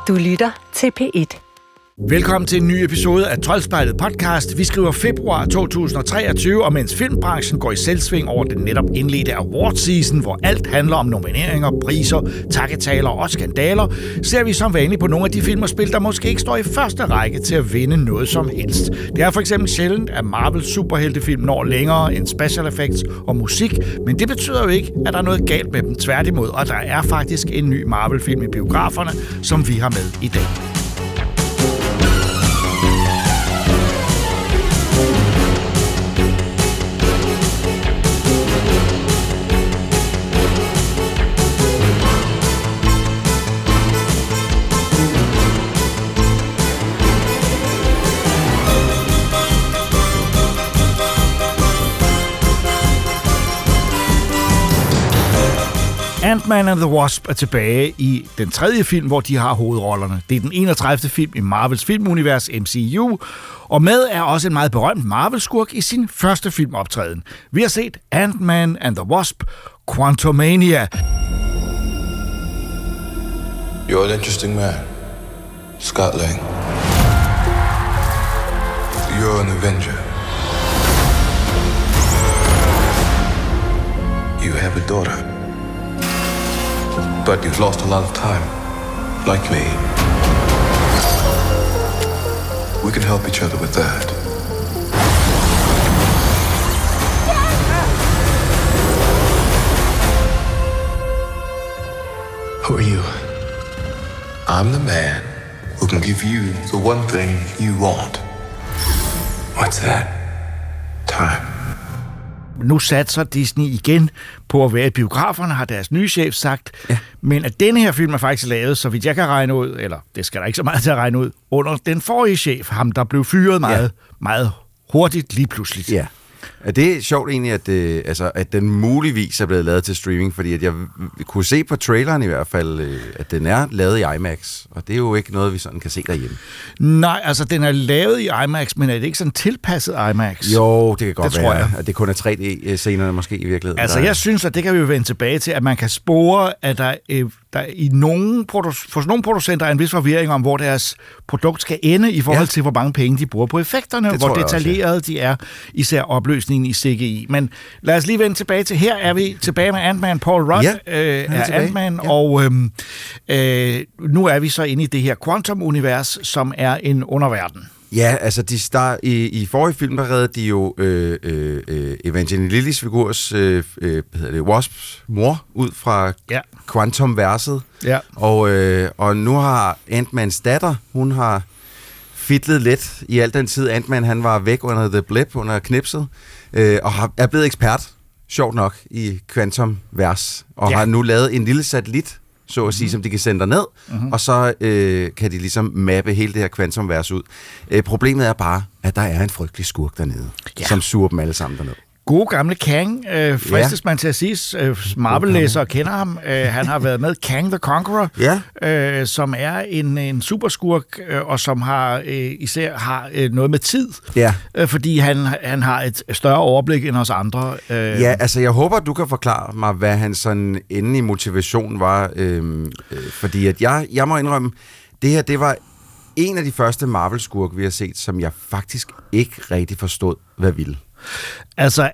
Du lytter til P1. Velkommen til en ny episode af Troldspejlet podcast. Vi skriver februar 2023, og mens filmbranchen går i selvsving over den netop indledte award-season, hvor alt handler om nomineringer, priser, takketaler og skandaler, ser vi som vanligt på nogle af de film og spil, der måske ikke står i første række til at vinde noget som helst. Det er for eksempel sjældent, at Marvels superheltefilm når længere end special effects og musik, men det betyder jo ikke, at der er noget galt med dem. Tværtimod, og der er faktisk en ny Marvel-film i biograferne, som vi har med i dag. Ant-Man and the Wasp er tilbage i den tredje film, hvor de har hovedrollerne. Det er den 31. film i Marvels filmunivers MCU, og med er også en meget berømt Marvel-skurk i sin første filmoptræden. Vi har set Ant-Man and the Wasp, Quantumania. You're an interesting man, Scott Lang. You're an Avenger. You have a daughter. But you've lost a lot of time, like me. We can help each other with that. Who are you? I'm the man who can give you the one thing you want. What's that? Time. Nu satser Disney igen på at være i biograferne, har deres nye chef sagt. Ja. Men at denne her film er faktisk lavet, så vidt jeg kan regne ud, eller det skal der ikke så meget til at regne ud, under den forrige chef, ham der blev fyret meget hurtigt lige pludselig. Ja. Er det sjovt egentlig, at den muligvis er blevet lavet til streaming? Fordi at jeg kunne se på traileren i hvert fald, at den er lavet i IMAX. Og det er jo ikke noget, vi sådan kan se derhjemme. Nej, altså den er lavet i IMAX, men er det ikke sådan tilpasset IMAX? Jo, det kan godt det være. Tror jeg. At det kun er 3D-scenerne måske i virkeligheden. Altså jeg synes, at det kan vi jo vende tilbage til, at man kan spore, at der i for nogle producenter er en vis forvirring om, hvor deres produkt skal ende i forhold til, hvor mange penge de bruger på effekterne, hvor detaljeret de er, især opløsningen i CGI. Men lad os lige vende tilbage til, her er vi tilbage med Ant-Man. Paul Rudd er Ant-Man, og nu er vi så inde i det her Quantum-univers, som er en underverden. Ja, altså i forrige film, der reddede de jo Evangeline Lillys figurs Wasps mor ud fra Quantum-verset. Ja. Og nu har Ant-Mans datter, hun har fidlet lidt i al den tid. Ant-Man, han var væk under The Blip, under knipset, og er blevet ekspert, sjovt nok, i Quantum-vers, og har nu lavet en lille satellit, så at sige, som de kan sende derned, og så kan de ligesom mappe hele det her Quantum-vers ud. Problemet er bare, at der er en frygtelig skurk dernede, som suger dem alle sammen derned. Gode gamle Kang, fristes man til at sige. Marvel-læsere kender ham. Han har været med Kang the Conqueror, som er en superskurk, og som især har noget med tid. Ja. Fordi han har et større overblik end os andre. Ja, altså jeg håber, du kan forklare mig, hvad hans sådan endelige motivation var. Fordi at jeg må indrømme, det var en af de første Marvel-skurke, vi har set, som jeg faktisk ikke rigtig forstod, hvad ville. Altså,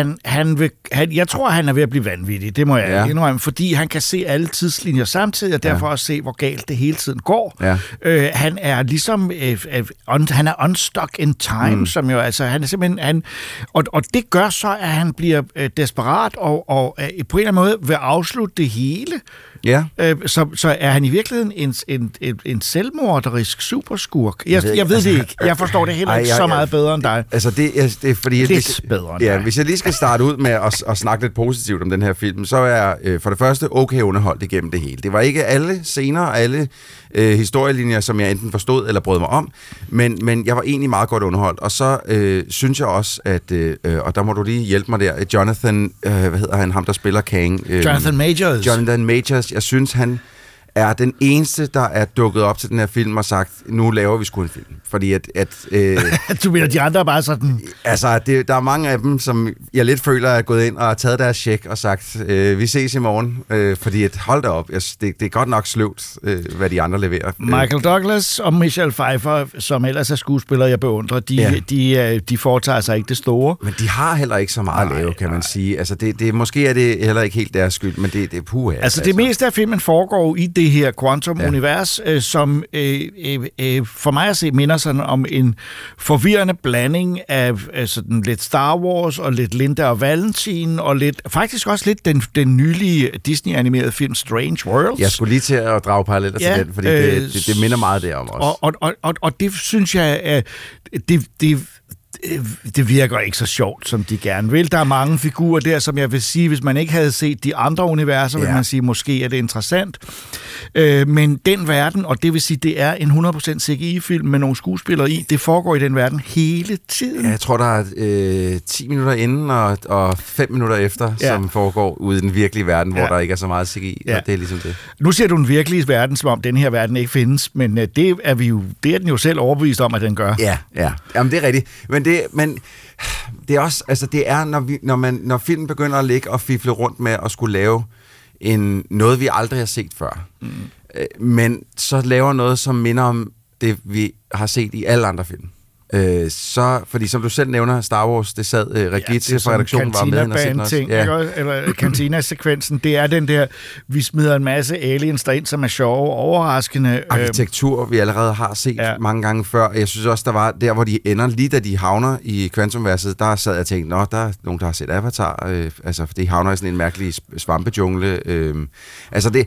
jeg tror, han er ved at blive vanvittig, det må jeg indrømme, fordi han kan se alle tidslinjer samtidig, og derfor også se, hvor galt det hele tiden går. Ja. Han er ligesom, han er unstuck in time, som jo, altså, han er simpelthen, og det gør så, at han bliver desperat, og på en eller anden måde vil afslutte det hele. Ja. Så er han i virkeligheden en selvmorderisk superskurk? Jeg ved det ikke. Jeg forstår det heller ikke så meget bedre end dig. Altså, det er fordi... Lidt bedre end dig. Hvis jeg lige skal starte ud med at snakke lidt positivt om den her film, så er for det første okay underholdt igennem det hele. Det var ikke alle scener og alle historielinjer, som jeg enten forstod eller brød mig om, men jeg var egentlig meget godt underholdt. Og så synes jeg også, at, og der må du lige hjælpe mig der, Jonathan, hvad hedder han, ham der spiller Kang? Jonathan Majors. Jonathan Majors, jeg synes han er den eneste, der er dukket op til den her film og sagt, nu laver vi sgu en film. Fordi du mener, de andre er bare sådan... Altså, der er mange af dem, som jeg lidt føler er gået ind og har taget deres check og sagt, vi ses i morgen. Fordi hold da op, det er godt nok sløvt, hvad de andre leverer. Michael Douglas og Michelle Pfeiffer, som ellers er skuespillere, jeg beundrer, de foretager sig ikke det store. Men de har heller ikke så meget at lave, kan man sige. Altså, måske er det heller ikke helt deres skyld, men det er puha. Altså, det meste af filmen foregår i det her Quantum-univers, som for mig at se minder sådan om en forvirrende blanding af sådan lidt Star Wars og lidt Linda og Valentin og faktisk også lidt den nylige Disney-animerede film Strange Worlds. Jeg skulle lige til at drage paralleller til den, fordi det minder meget derom også. Og det synes jeg, det virker ikke så sjovt, som de gerne vil. Der er mange figurer der, som jeg vil sige, hvis man ikke havde set de andre universer, vil man sige, måske er det interessant. Men den verden, og det vil sige, det er en 100% CGI-film med nogle skuespillere i, det foregår i den verden hele tiden. Ja, jeg tror, der er 10 minutter inden og 5 minutter efter, som foregår ude i den virkelige verden, hvor der ikke er så meget CGI, og det er ligesom det. Nu siger du den virkelige verden, som om den her verden ikke findes, men det er den jo selv overbevist om, at den gør. Ja. Jamen, det er rigtigt. Men det er også, altså det er, når filmen begynder at ligge og fifle rundt med at skulle lave noget, vi aldrig har set før. Men så laver noget, som minder om det, vi har set i alle andre film. Fordi som du selv nævner, Star Wars, det sad Regitze fra redaktionen var med og set ting, eller Cantina-sekvensen, det er den der, vi smider en masse aliens derind, som er sjove og overraskende. Arkitektur, vi allerede har set mange gange før. Jeg synes også, der var der, hvor de ender, lige da de havner i Quantumverset, der sad jeg og tænkte, der er nogen, der har set Avatar, altså de havner i sådan en mærkelig svampejungle. Altså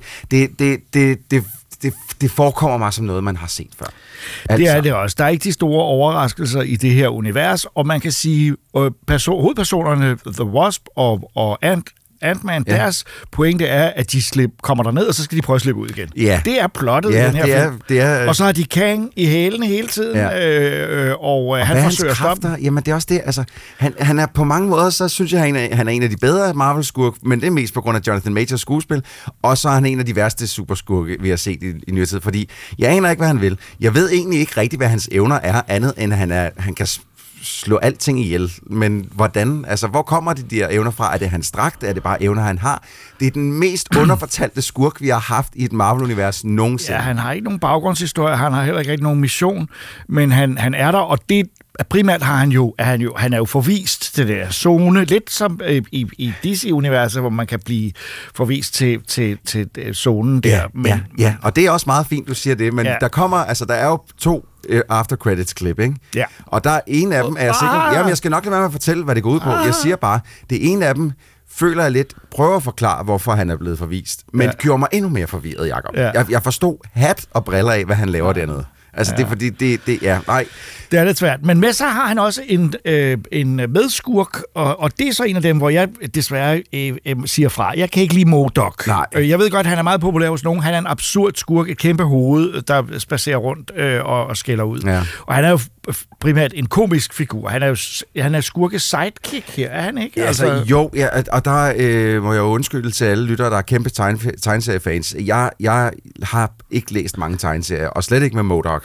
det forekommer mig som noget, man har set før. Altså. Det er det også. Der er ikke de store overraskelser i det her univers, og man kan sige, hovedpersonerne, The Wasp og Ant-Man, deres pointe er, at de kommer derned, og så skal de prøve at slippe ud igen. Ja. Det er plottet i den her film. Og så har de Kang i hælene hele tiden, og han forsøger at stoppe. Jamen, det er også det. Altså, han er på mange måder, så synes jeg, han er en af de bedre Marvel-skurke, men det er mest på grund af Jonathan Majors skuespil, og så er han en af de værste superskurke, vi har set i nyere tid, fordi jeg aner ikke, hvad han vil. Jeg ved egentlig ikke rigtigt, hvad hans evner er, andet end han kan slå alting ihjel. Men hvordan? Altså, hvor kommer de der evner fra? Er det hans dragt? Er det bare evner, han har? Det er den mest underfortalte skurk, vi har haft i et Marvel-univers nogensinde. Ja, han har ikke nogen baggrundshistorie, han har heller ikke rigtig nogen mission, men han er der, og det primært han er jo forvist til det der zone, lidt som i DC-universet, hvor man kan blive forvist til zonen der. Ja, og det er også meget fint, du siger det, men der er jo 2 after credits klip, ikke? Ja. Og der er en af dem, er jeg sikker... Jamen, jeg skal nok lade være med at fortælle, hvad det går ud på. Jeg siger bare, det ene af dem føler jeg lidt, prøver at forklare, hvorfor han er blevet forvist, men gjorde mig endnu mere forvirret, Jacob. Ja. Jeg forstod hat og briller af, hvad han laver dernede. Altså, det er fordi, nej. Det er lidt svært. Men med så har han også en medskurk, og det er så en af dem, hvor jeg desværre siger fra. Jeg kan ikke lide MODOK. Jeg ved godt, han er meget populær hos nogen. Han er en absurd skurk, et kæmpe hoved, der spacerer rundt og skælder ud. Ja. Og han er jo primært en komisk figur. Han er skurkes sidekick her, er han ikke? Altså, jo, og der må jeg jo undskylde til alle lyttere, der er kæmpe tegneseriefans. Jeg har ikke læst mange tegneserier, og slet ikke med MODOK.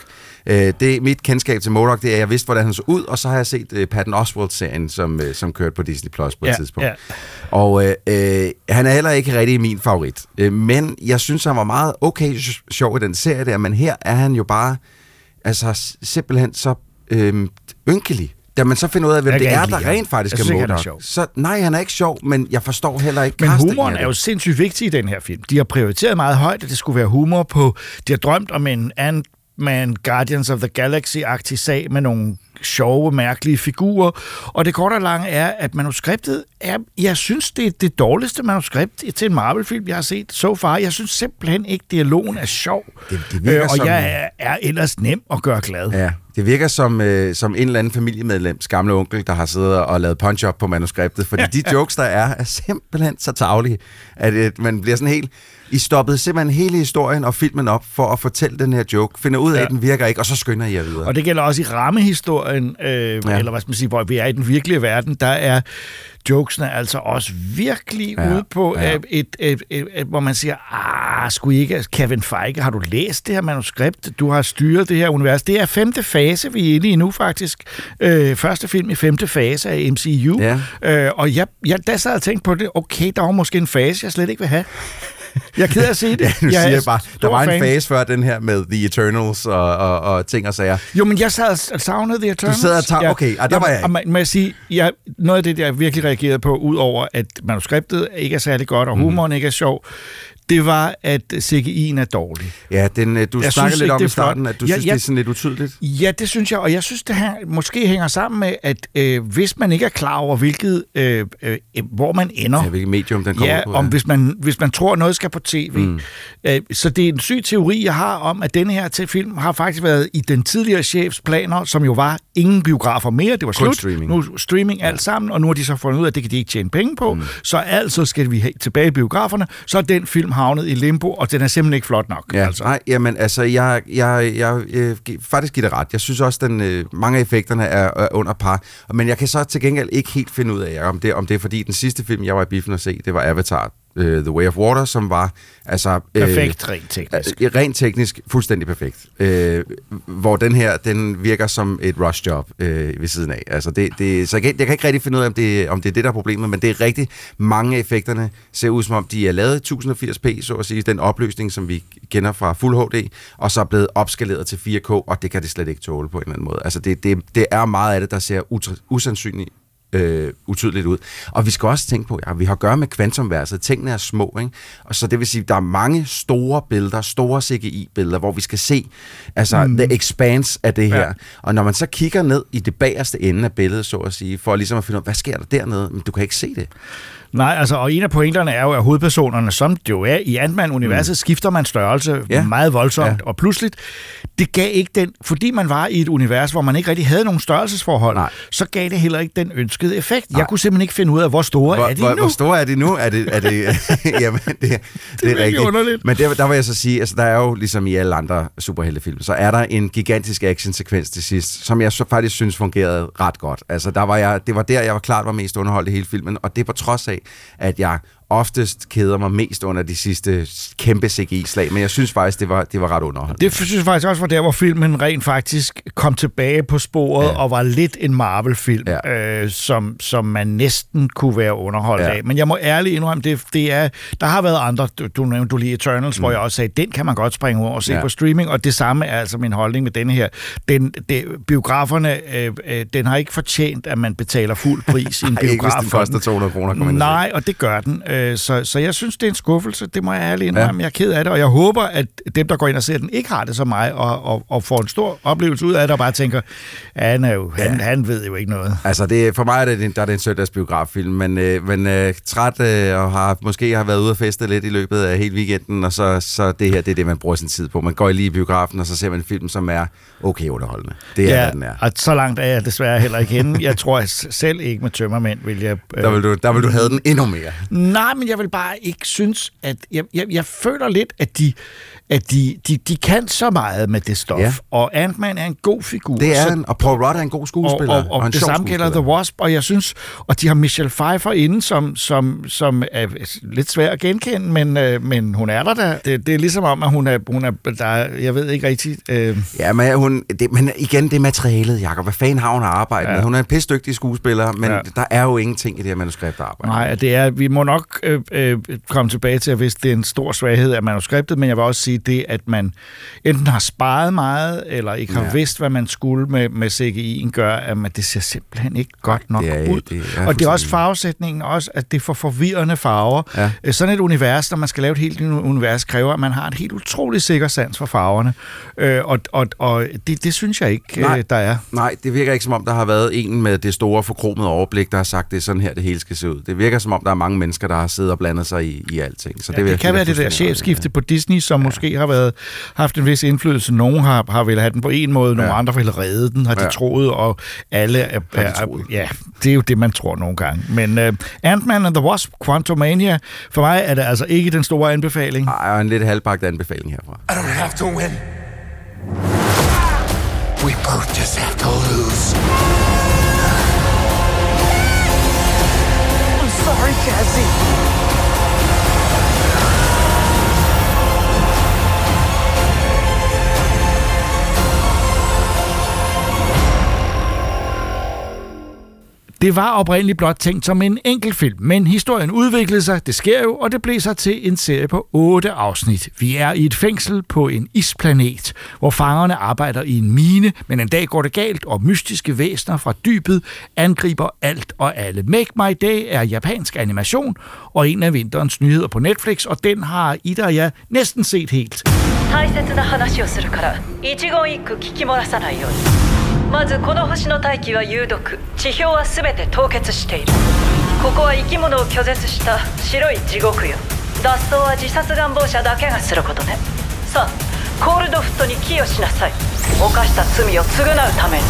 Mit kendskab til MODOK, det er, at jeg vidste, hvordan han så ud, og så har jeg set Patton Oswalt-serien, som kørte på Disney Plus på et tidspunkt. Ja. Og han er heller ikke rigtig min favorit. Men jeg synes, han var meget okay sjov i den serie der, men her er han jo bare simpelthen så ynkelig. Da man så finder ud af, hvem det er, der rent faktisk er MODOK. Så nej, han er ikke sjov, men jeg forstår heller ikke men humoren er jo sindssygt vigtig i den her film. De har prioriteret meget højt, at det skulle være humor på... De har drømt om en Ant-Man Guardians of the Galaxy-agtig sag med nogle sjove, mærkelige figurer. Og det korte og lange er, at manuskriptet er... Jeg synes, det er det dårligste manuskript til en Marvel-film, jeg har set so far. Jeg synes simpelthen ikke, dialogen er sjov. Og jeg er ellers nem at gøre glad. Ja. Det virker som en eller anden familiemedlems gamle onkel, der har siddet og lavet punch-up på manuskriptet, fordi de jokes, der er simpelthen så tarvelige, at man bliver sådan helt... I stoppede simpelthen hele historien og filmen op for at fortælle den her joke, finder ud af, at den virker ikke, og så skynder I jer videre. Og det gælder også i historien, eller hvad skal man sige, hvor vi er i den virkelige verden, der er jokesene altså også virkelig ude på hvor man siger, skulle I ikke, Kevin Feige, har du læst det her manuskript? Du har styret det her univers. Det er 5. fase, vi er inde i nu faktisk. Første film i 5. fase af MCU. Ja. Og der sad jeg og tænkte på det, okay, der var måske en fase, jeg slet ikke vil have. Jeg er ked af at se det. Ja, du siger bare, der var en fase før den her med The Eternals og ting og sager. Jo, men jeg sad og savnede The Eternals. Du sad og okay, der var jeg ikke. Må jeg sige, noget af det, jeg virkelig reagerede på, udover at manuskriptet ikke er særlig godt, og humoren ikke er sjov, det var, at CGI'en er dårlig. Ja, du snakker lidt om i starten, at du synes, det er sådan lidt utydeligt. Ja, det synes jeg, og jeg synes, det her måske hænger sammen med, at hvis man ikke er klar over, hvor man ender... Ja, hvilket medium den kommer på. Ja, hvis man tror, noget skal på tv. Så det er en syg teori, jeg har om, at denne her film har faktisk været i den tidligere chefs planer, som jo var ingen biografer mere. Det var slut. Streaming. Nu streaming alt sammen, og nu har de så fundet ud af, at det kan de ikke tjene penge på. Så altså skal vi have tilbage i biograferne, så er den film havnet i limbo, og den er simpelthen ikke flot nok. Ja, altså. Nej, jamen altså, jeg faktisk giver det ret. Jeg synes også, mange af effekterne er under par, men jeg kan så til gengæld ikke helt finde ud af, om det er fordi den sidste film, jeg var i biffen at se, det var Avatar. The Way of Water, som var altså perfekt rent teknisk. Rent teknisk fuldstændig perfekt. Hvor den her, den virker som et rush job ved siden af. Altså så jeg kan ikke rigtig finde ud af, om det er det, der er problemet, men det er rigtig mange af effekterne ser ud som om, de er lavet 1080p, så at sige, den opløsning, som vi kender fra Full HD, og så er blevet opskaleret til 4K, og det kan det slet ikke tåle på en eller anden måde. Altså det er meget af det, der ser usandsynligt utydeligt ud. Og vi skal også tænke på, vi har at gøre med kvantumverset. Tingene er små, ikke? Og så det vil sige, der er mange store billeder, store CGI-billeder, hvor vi skal se the expanse af det her. Ja. Og når man så kigger ned i det bagerste ende af billedet, så at sige, for ligesom at finde ud af, hvad sker der dernede? Men du kan ikke se det. Nej, altså, og en af pointerne er jo, at hovedpersonerne, som det jo er i Ant-Man-universet, skifter man størrelse meget voldsomt og pludseligt. Det gav ikke den, fordi man var i et univers, hvor man ikke rigtig havde nogen størrelsesforhold, så gav det heller ikke den ønskede effekt. Jeg kunne simpelthen ikke finde ud af, hvor store er de nu. Hvor store er de nu? Er det jamen, det er rigtigt. Underligt. Men der vil jeg så sige, altså der er jo, ligesom i alle andre superheltefilm, så er der en gigantisk actionsekvens til sidst, som jeg så faktisk synes fungerede ret godt. Altså det var der, jeg var klart var mest underholdt i hele filmen, og det er på trods af, at jeg oftest keder mig mest under de sidste kæmpe CGI-slag, men jeg synes faktisk, det var ret underholdende. Det synes jeg faktisk også var der, hvor filmen rent faktisk kom tilbage på sporet og var lidt en Marvel-film, som man næsten kunne være underholdt af. Men jeg må ærligt indrømme, det er, der har været andre, du nævnte lige Eternals, hvor jeg også sagde, den kan man godt springe over og se på streaming, og det samme er altså min holdning med denne her. Biograferne, den har ikke fortjent, at man betaler fuld pris i en biograf. Ikke hvis den koster 200 kroner. Nej, og det gør den. Så jeg synes, det er en skuffelse. Det må jeg ærligt indrømme. Jeg er ked af det, og jeg håber, at dem, der går ind og ser den, ikke har det som mig, og får en stor oplevelse ud af det, og bare tænker, han ved jo ikke noget. Altså, for mig er det en søndagspiograffilm, men træt og måske har været ude og feste lidt i løbet af hele weekenden, og så det her, det er det, man bruger sin tid på. Man går lige i biografen, og så ser man en film, som er okay underholdende. Det er, hvad den er. Og så langt er jeg desværre heller ikke henne. Jeg tror selv ikke med Tømmermænd vil jeg... Der vil du have den endnu mere. Nej, men jeg vil bare ikke synes, at... Jeg føler lidt, at de kan så meget med det stof, og Ant-Man er en god figur. Det er og Paul Rudd er en god skuespiller. Og det samme gælder The Wasp, og jeg synes, og de har Michelle Pfeiffer inde, som er lidt svær at genkende, men hun er der. Det er ligesom om, at hun er der, jeg ved ikke rigtigt... Ja, men igen, det er materialet, Jacob. Hvad fanden har hun at arbejde med? Hun er en pisdygtig skuespiller, men der er jo ingenting i det her manuskript, der arbejder. Nej, vi må nok komme tilbage til, at hvis det er en stor svaghed af manuskriptet, men jeg vil også sige det, at man enten har sparet meget, eller ikke har vidst, hvad man skulle med CGI'en, gør, at det ser simpelthen ikke godt nok ud. Og det er også farvesætningen, også, at det får forvirrende farver. Ja. Sådan et univers, når man skal lave et helt univers, kræver, at man har et helt utroligt sikker sans for farverne. Og det synes jeg ikke, der er. Nej, det virker ikke som om, der har været en med det store forkromede overblik, der har sagt, det er sådan her, det hele skal se ud. Det virker som om, der er mange mennesker, der har siddet og blandet sig i alting. Så det kan være det der chefskifte på Disney, som måske har haft en vis indflydelse. Nogle har vel have den på en måde, nogle andre vil redde den, har de troet, og alle det er jo det, man tror nogle gange. Men Ant-Man and the Wasp, Quantumania, for mig er det altså ikke den store anbefaling. Nej, en lidt halvpagt anbefaling herfra. I don't have to win. we both just have to lose. I'm sorry, Cassie. Det var oprindeligt blot tænkt som en enkelt film, men historien udviklede sig, det sker jo, og det blev så til en serie på 8 afsnit. Vi er i et fængsel på en isplanet, hvor fangerne arbejder i en mine, men en dag går det galt, og mystiske væsener fra dybet angriber alt og alle. Make My Day er japansk animation, og en af vinterens nyheder på Netflix, og den har Ida og jeg næsten set helt. 大切な話をするから一言一句聞き漏らさないように。まずこの星の大気は有毒、地表はすべて凍結している。ここは生き物を拒絶した白い地獄よ。脱走は自殺願望者だけがすることね。さあ、コールドフットに寄与しなさい。犯した罪を償うために。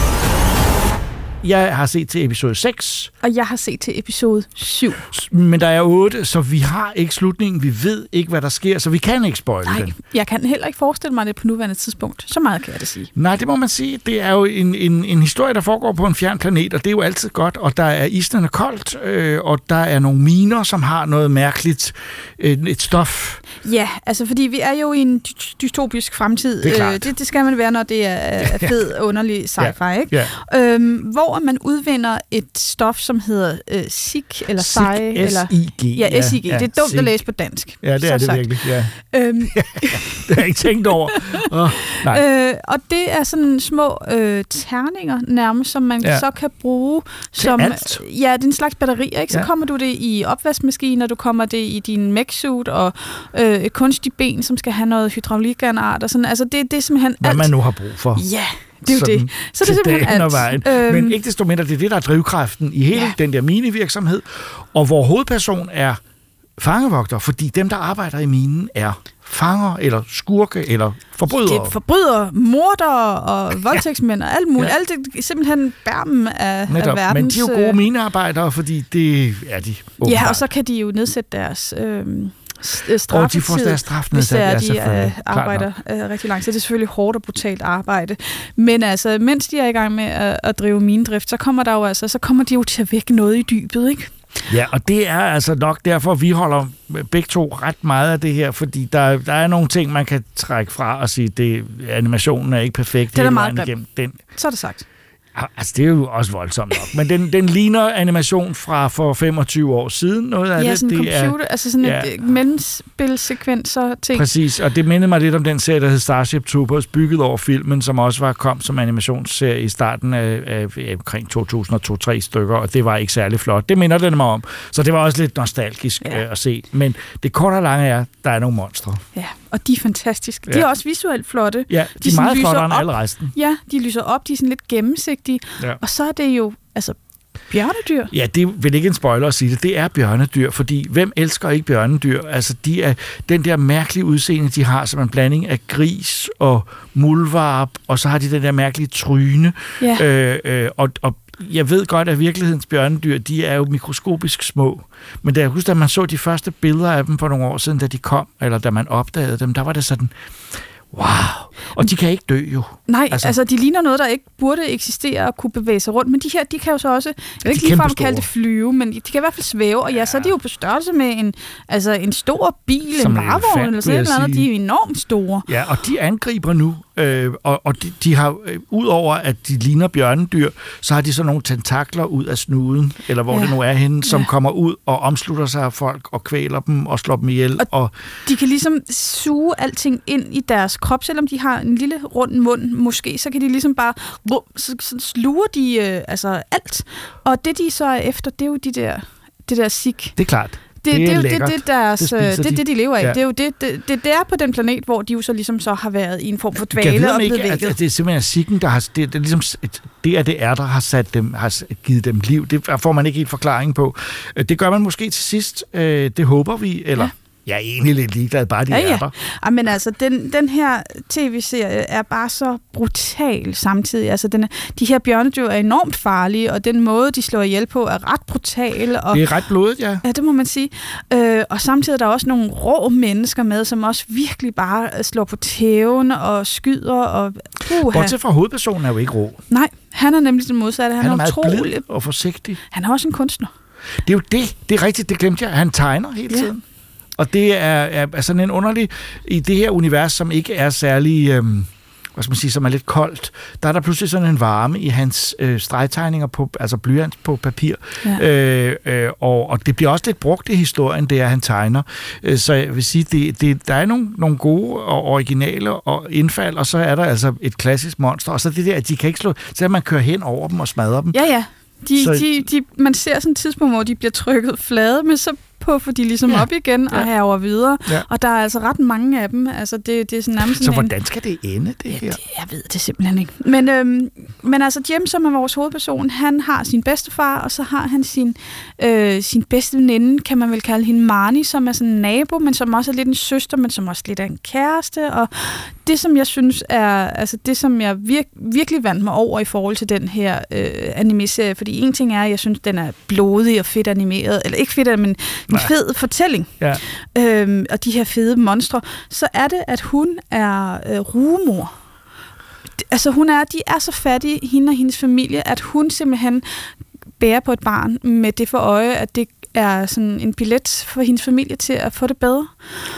Jeg har set til episode 6. Og jeg har set til episode 7. Men der er 8, så vi har ikke slutningen. Vi ved ikke, hvad der sker, så vi kan ikke spoile den. Jeg kan heller ikke forestille mig det på nuværende tidspunkt. Så meget kan jeg det sige. Nej, det må man sige. Det er jo en historie, der foregår på en fjern planet, og det er jo altid godt. Og der er isnende koldt, og der er nogle miner, som har noget mærkeligt, et stof. Ja, altså fordi vi er jo i en dystopisk fremtid. Det skal man være, når det er fed, underlig sci-fi, ikke? Ja. Hvor man udvinder et stof, som hedder SIG, eller SIG, eller SIG. Ja, SIG. Det er dumt at læse på dansk. Ja, det er det virkelig, ja. Det har jeg ikke tænkt over. Og det er sådan små terninger nærmest, som man så kan bruge som... alt? Ja, det er en slags batterier, ikke? Så kommer du det i opvaskemaskiner, du kommer det i din mech-suit, og et kunstigt ben, som skal have noget hydraulikanart, og sådan. Altså, det er simpelthen hvad man nu har brug for. Ja, det er jo det. Så det er simpelthen alt. Men ikke desto mindre, det er det, der er drivkraften i hele den der minevirksomhed, og hvor hovedperson er fangevogter, fordi dem, der arbejder i minen, er fanger, eller skurke, eller forbrydere. Det er forbrydere, mordere og voldtægtsmænd og alt muligt. Alt det verdenen af verdens... Men de er jo gode minearbejdere, fordi det er de åbenbart. Ja, og så kan de jo nedsætte deres... straffetid, og de får deres straf nedsat, hvis de arbejder rigtig langt. Så det er selvfølgelig hårdt og brutalt arbejde. Men altså, mens de er i gang med at drive minedrift, så kommer de jo til at vække noget i dybet, ikke? Ja, og det er altså nok derfor, vi holder begge to ret meget af det her, fordi der er nogle ting, man kan trække fra og sige, animationen er ikke perfekt. Det er meget grimt. Så er det sagt. Altså, det er jo også voldsomt nok. Men den ligner animation fra for 25 år siden. Noget af det, sådan en computer, altså sådan et menneskespilsekvenser ting. Præcis, og det mindede mig lidt om den serie, der hed Starship Troopers, bygget over filmen, som også kom som animationsserie i starten af omkring 2002-3 stykker, og det var ikke særlig flot. Det minder den mig om. Så det var også lidt nostalgisk at se. Men det korte og lange er, der er nogle monstre. Ja, og de er fantastiske. De er også visuelt flotte. Ja, de er meget flottere end alle resten. Ja, de lyser op, de er sådan lidt gennemsigtige. Ja. Og så er det jo bjørnedyr. Ja, det er vel ikke en spoiler at sige det. Det er bjørnedyr, fordi hvem elsker ikke bjørnedyr? Altså, de er den der mærkelige udseende, de har, som en blanding af gris og muldvarp, og så har de den der mærkelige tryne. Ja. Og jeg ved godt, at virkelighedens bjørnedyr, de er jo mikroskopisk små. Men da jeg husker, at man så de første billeder af dem for nogle år siden, da de kom, eller da man opdagede dem, der var det sådan... Wow! Og de kan ikke dø jo. Nej, altså de ligner noget, der ikke burde eksistere og kunne bevæge sig rundt. Men de her, de kan jo så også, jeg vil ikke ligefrem kalde det flyve, men de kan i hvert fald svæve. Og så er de jo på størrelse med en stor bil, en varevogn eller sådan noget. De er jo enormt store. Ja, og de angriber nu. Og de har, udover at de ligner bjørnedyr, så har de så nogle tentakler ud af snuden, eller hvor det nu er henne, som kommer ud og omslutter sig af folk og kvæler dem og slår dem ihjel. Og de kan ligesom suge alting ind i deres krop, selvom de har en lille rund mund, måske, så kan de ligesom bare, så sluger de alt. Og det de så er efter, det er jo det der SIG. Det er klart. Det er det, de lever af. Ja. Det er jo det er på den planet, hvor de jo så ligesom så har været i en form for dvale og blevet vækket. Det er simpelthen SIG'en, der har det er ligesom der har givet dem liv. Det får man ikke helt forklaring på. Det gør man måske til sidst. Det håber vi, eller Jeg er egentlig lidt ligeglad, bare de er der. Ja, men altså, den her tv-serie er bare så brutal samtidig. Altså, de her bjørnedyr er enormt farlige, og den måde, de slår ihjel på, er ret brutal. Og, det er ret blodigt, ja. Ja, det må man sige. Og samtidig er der også nogle rå mennesker med, som også virkelig bare slår på tæven og skyder. Og, bortset fra hovedpersonen er jo ikke rå. Nej, han er nemlig den modsatte. Han er meget utrolig blid og forsigtig. Han er også en kunstner. Det er jo det er rigtigt, det glemte jeg. Han tegner hele tiden. Og det er sådan en underlig, i det her univers, som ikke er særlig, hvad skal man sige, som er lidt koldt, der er der pludselig sådan en varme i hans stregtegninger, altså blyant på papir. Ja. Og det bliver også lidt brugt i historien, det er, han tegner. Så jeg vil sige, der er nogle gode og originale og indfald, og så er der altså et klassisk monster, og så det der, at de kan ikke slå, så man kører hen over dem og smadrer dem. Ja. Man ser sådan et tidspunkt, hvor de bliver trykket flade, men så puffer de ligesom op igen og herover videre. Ja. Og der er altså ret mange af dem. Altså det er sådan nærmest så hvordan skal det ende, det her? Jeg ved det simpelthen ikke. Men altså Jim, som er vores hovedperson, han har sin bedstefar, og så har han sin bedste veninde, kan man vel kalde hende Marnie, som er sådan en nabo, men som også er lidt en søster, men som også lidt er en kæreste. Og det, som jeg synes er, altså det, som jeg virkelig vandt mig over i forhold til den her anime-serie, fordi en ting er, at jeg synes, den er blodig og fedt animeret, eller ikke fedt, men en fed fortælling, og de her fede monstre, så er det, at hun er rugemor. Altså de er så fattige, hende og hendes familie, at hun simpelthen bærer på et barn med det for øje, at det er sådan en billet for hendes familie til at få det bedre.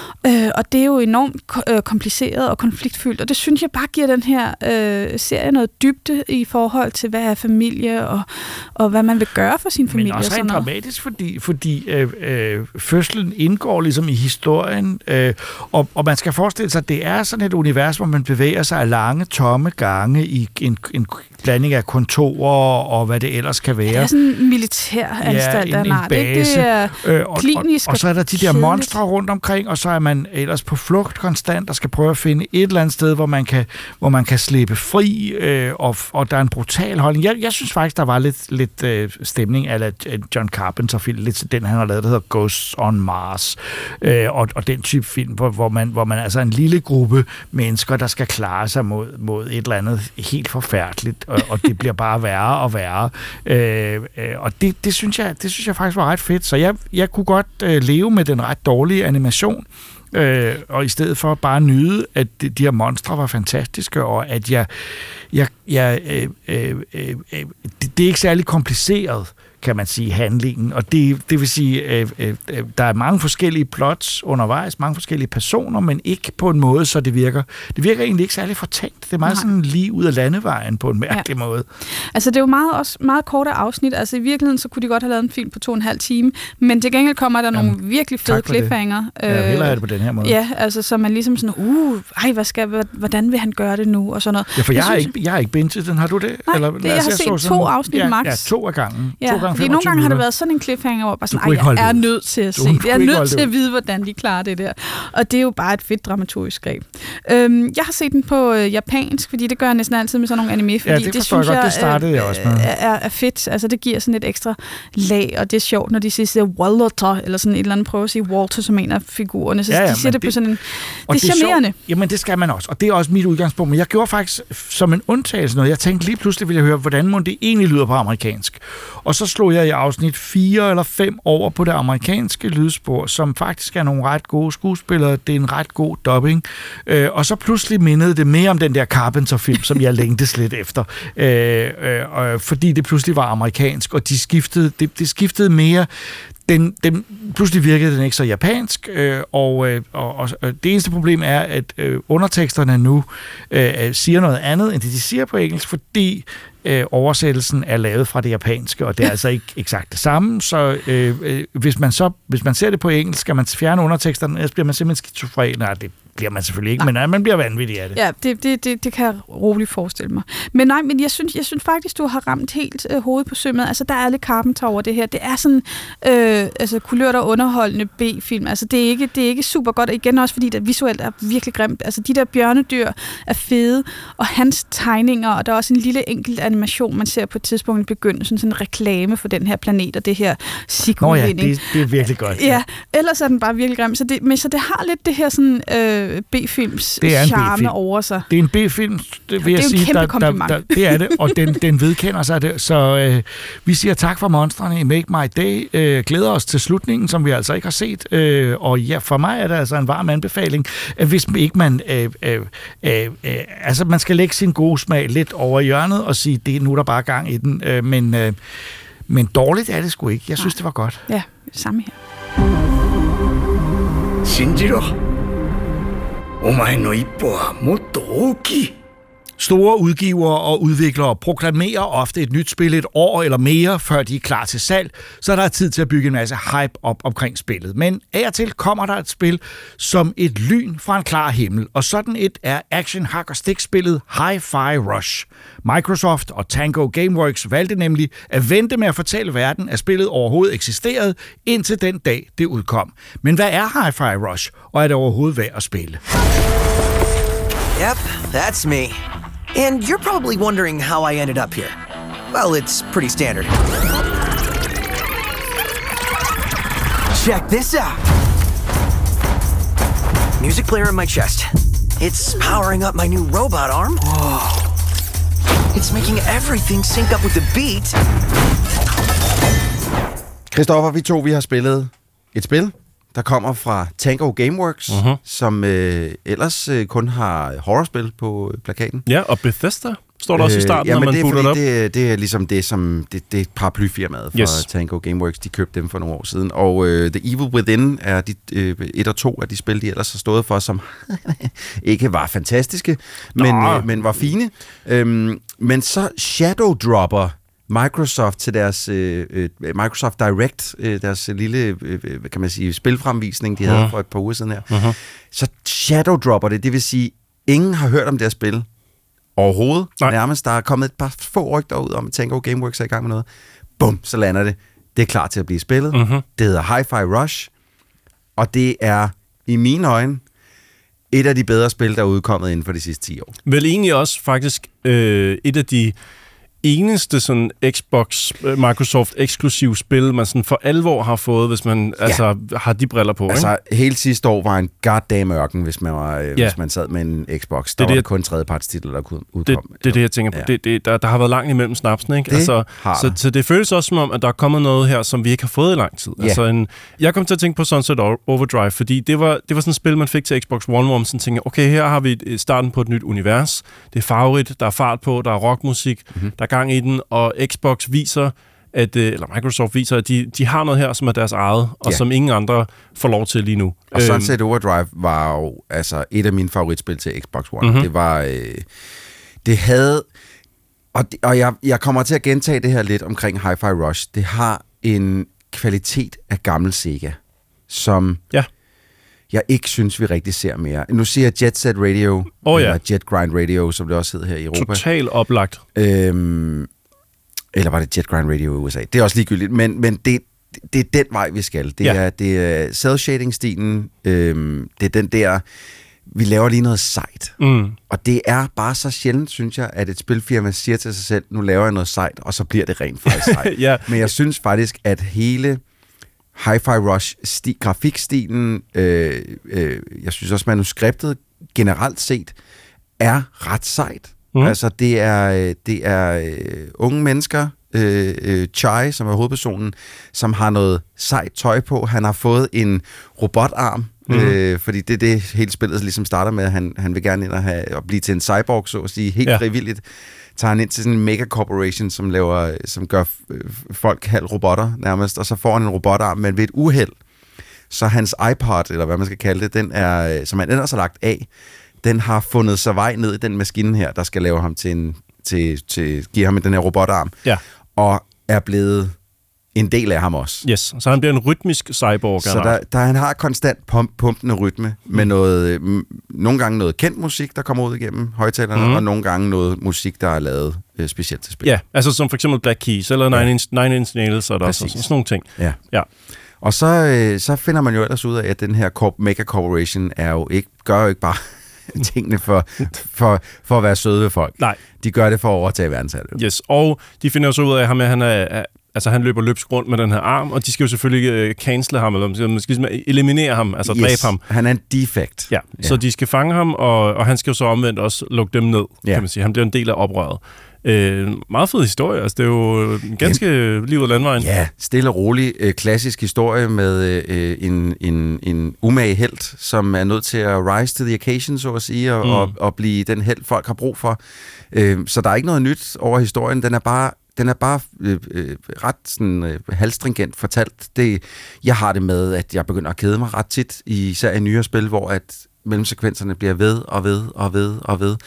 Og det er jo enormt kompliceret og konfliktfyldt, og det synes jeg bare giver den her serie noget dybde i forhold til, hvad er familie, og hvad man vil gøre for sin familie. Men også rent dramatisk, fordi fødslen indgår ligesom i historien, og man skal forestille sig, at det er sådan et univers, hvor man bevæger sig af lange, tomme gange i en blanding af kontorer og hvad det ellers kan være. Det er sådan en militæranstalt, en base. Det er klinisk og så er der de der monstre rundt omkring, og så er man ellers på flugt konstant og skal prøve at finde et eller andet sted, hvor man kan slippe fri, og der er en brutal holdning. Jeg synes faktisk, der var lidt stemning af John Carpenter-film, lidt den, han har lavet, der hedder Ghosts on Mars, og den type film, hvor man altså er en lille gruppe mennesker, der skal klare sig mod et eller andet helt forfærdeligt, og det bliver bare værre og værre. Og det synes jeg faktisk var ret fedt, så jeg kunne godt leve med den ret dårlige animation, og i stedet for bare nyde, at de her monstre var fantastiske, og at det er ikke særlig kompliceret, kan man sige, handlingen. Og det vil sige, der er mange forskellige plots undervejs, mange forskellige personer, men ikke på en måde, så det virker egentlig ikke særlig fortænkt. Det er meget sådan lige ud af landevejen på en mærkelig måde. Altså det er jo meget korte afsnit. Altså i virkeligheden, så kunne de godt have lavet en film på 2,5 timer, men til gengæld kommer der nogle virkelig fede cliffhanger. Ja, hellere er det på den her måde. Ja, altså så man ligesom sådan, hvordan vil han gøre det nu, og sådan noget. Ja, for jeg har ikke binget den. Har du det? Nej, eller, jeg har set 2 afsnit max. Ja, 2 af gangen. Ja. Fordi nogle gange har det været sådan en cliffhanger, hvor bare sådan, jeg er nødt til at se det. Jeg er nødt til at vide, hvordan de klarer det der. Og det er jo bare et fedt dramaturgisk greb. Jeg har set den på japansk, fordi det gør jeg næsten altid med sådan nogle anime, fordi det synes jeg det startede jeg også med. Er fedt. Altså det giver sådan et ekstra lag, og det er sjovt, når de siger Walter, eller sådan et eller andet, prøver at sige Walter som en af figurerne. Så de siger det på sådan en... Det er charmerende. Jamen det skal man også, og det er også mit udgangspunkt. Men jeg gjorde faktisk som en undtagelse noget. Jeg tænkte lige pludselig, ville jeg høre, hvordan må det egentlig lyder på amerikansk. Og så slog jeg i afsnit 4 eller 5 over på det amerikanske lydspor, som faktisk er nogle ret gode skuespillere. Det er en ret god dubbing. Og så pludselig mindede det mere om den der Carpenter-film, som jeg længtes lidt efter. Fordi det pludselig var amerikansk, og det skiftede mere. Pludselig virkede den ikke så japansk, og det eneste problem er, at underteksterne nu siger noget andet, end det de siger på engelsk, fordi oversættelsen er lavet fra det japanske, og det er altså ikke eksakt det samme, så hvis man ser det på engelsk, skal man fjerne underteksterne, ellers bliver man simpelthen skizofren. Nej, bliver man selvfølgelig ikke, men man bliver vanvittig af det. Ja, det kan jeg roligt forestille mig. Men nej, men jeg synes faktisk, du har ramt helt hovedet på sømmet. Altså, der er lidt Carpenter over det her. Det er sådan kulørt og underholdende B-film. Altså, det er ikke super godt, og igen også fordi det visuelt er virkelig grimt. Altså, de der bjørnedyr er fede, og hans tegninger, og der er også en lille enkelt animation, man ser på et tidspunkt i begyndelsen, sådan en reklame for den her planet, og det her sigvinding. Det er virkelig godt. Ja, ellers er den bare virkelig grim. Så det har lidt det her sådan B-films charme over sig. Det er en B-film, det vil jeg sige. Det er en kæmpe kompliment. Det er det, og den vedkender sig det. Så vi siger tak for monstrene i Make My Day. Glæder os til slutningen, som vi altså ikke har set. Og ja, for mig er det altså en varm anbefaling, at hvis ikke man... altså, man skal lægge sin gode smag lidt over hjørnet og sige, det er nu der bare gang i den. Men dårligt er det sgu ikke. Jeg synes, det var godt. Ja, samme her. 信じろ。お前の一歩はもっと大きい。 Store udgivere og udviklere proklamerer ofte et nyt spil et år eller mere, før de er klar til salg, så der er tid til at bygge en masse hype op omkring spillet. Men af og til kommer der et spil som et lyn fra en klar himmel, og sådan et er action hack og stik-spillet Hi-Fi Rush. Microsoft og Tango Gameworks valgte nemlig at vente med at fortælle verden, at spillet overhovedet eksisterede, indtil den dag det udkom. Men hvad er Hi-Fi Rush, og er det overhovedet værd at spille? Yep, that's me. And you're probably wondering how I ended up here. Well, it's pretty standard. Check this out. Music player in my chest. It's powering up my new robot arm. Whoa. It's making everything sync up with the beat. Christoffer, vi har spillet et spil, der kommer fra Tango Gameworks, som ellers kun har horrorspil på plakaten. Ja, og Bethesda står der også i starten, når man putter det op. Det er ligesom det, som det er paraplyfirmaet for Tango Gameworks. De købte dem for nogle år siden. Og The Evil Within er 1 og 2 af de spil, de ellers har stået for, som ikke var fantastiske, men var fine. Men så Shadow Dropper Microsoft til deres Microsoft Direct, deres lille, kan man sige, spilfremvisning, de havde for et par uger siden her. Så Shadow Dropper det vil sige, ingen har hørt om det her spil overhovedet. Nej. Nærmest, der er kommet et par få rygter ud om, at Tango Gameworks er i gang med noget. Bum, så lander det. Det er klar til at blive spillet. Det hedder Hi-Fi Rush, og det er i mine øjne et af de bedre spil, der er udkommet inden for de sidste 10 år. Vel egentlig også faktisk et af de eneste sådan Xbox Microsoft eksklusiv spil, man sådan for alvor har fået, hvis man altså har de briller på. Altså hele sidste år var en goddamn ørken, hvis man var hvis man sad med en Xbox. Der var det kun tredjepartstitler, der kunne udkomme. Det er det, jeg tænker på. Der har været langt imellem snapsen, ikke? Altså, så det føles også som om, at der er kommet noget her, som vi ikke har fået i lang tid. Altså jeg kom til at tænke på Sunset Overdrive, fordi det var sådan et spil, man fik til Xbox One, hvor man sådan tænker, okay, her har vi starten på et nyt univers. Det er farverigt, der er fart på, der er rockmusik, der er gang i den, og Xbox viser, eller Microsoft viser, at de har noget her, som er deres eget, og som ingen andre får lov til lige nu. Og Sunset Overdrive var jo altså et af mine favoritspil til Xbox One. Det var... det havde... Og jeg kommer til at gentage det her lidt omkring Hi-Fi Rush. Det har en kvalitet af gammel Sega, som... jeg ikke synes, vi rigtig ser mere. Nu siger jeg Jet Set Radio, eller Jet Grind Radio, som det også hedder her i Europa. Total oplagt. Eller var det Jet Grind Radio i USA? Det er også ligegyldigt, men det er den vej, vi skal. Det er cel-shading-stilen, det er den der, vi laver lige noget sejt. Og det er bare så sjældent, synes jeg, at et spilfirma siger til sig selv, nu laver jeg noget sejt, og så bliver det rent faktisk sejt. Men jeg synes faktisk, at hele Hi-Fi Rush grafikstilen, jeg synes også manuskriptet generelt set er ret sejt. Altså det er unge mennesker, Chai, som er hovedpersonen, som har noget sejt tøj på. Han har fået en robotarm, fordi det er det hele spillet ligesom starter med. Han vil gerne ind og blive til en cyborg, så at sige, helt frivilligt. Tager han ind til sådan en mega corporation, som gør folk halv robotter nærmest, og så får han en robotarm, men ved et uheld, så hans iPod, eller hvad man skal kalde det, den er, som han ellers har lagt af, den har fundet sig vej ned i den maskine her, der skal lave ham til give ham den her robotarm, og er blevet en del af ham også. Yes, så han bliver en rytmisk cyborg. Så han har konstant pumpende rytme med noget, nogle gange noget kendt musik, der kommer ud igennem højtalerne, og nogle gange noget musik, der er lavet specielt til spil. Ja, altså som for eksempel Black Keys, eller Nine Inch Nails, og der sådan nogle ting. Ja. Og så finder man jo ellers ud af, at den her Mega Corporation gør jo ikke bare tingene for at være søde ved folk. Nej. De gør det for at overtage verdensherredømmet. Yes, og de finder også ud af ham, at han løber løbsk rundt med den her arm, og de skal jo selvfølgelig cancele ham, eller man skal ligesom eliminere ham, altså dræbe ham. Han er en defekt. Ja, så de skal fange ham, og han skal jo så omvendt også lukke dem ned, kan man sige. Han bliver en del af oprøret. Meget fed historie, altså det er jo ganske liv af landvejen. Ja, stille og rolig, klassisk historie med en umage helt, som er nødt til at rise to the occasion, så at sige, og blive den helt, folk har brug for. Så der er ikke noget nyt over historien, den er bare ret sådan, halvstringent fortalt. Jeg har det med, at jeg begynder at kede mig ret tit, især i nyere spil, hvor at mellemsekvenserne bliver ved og ved og ved og ved.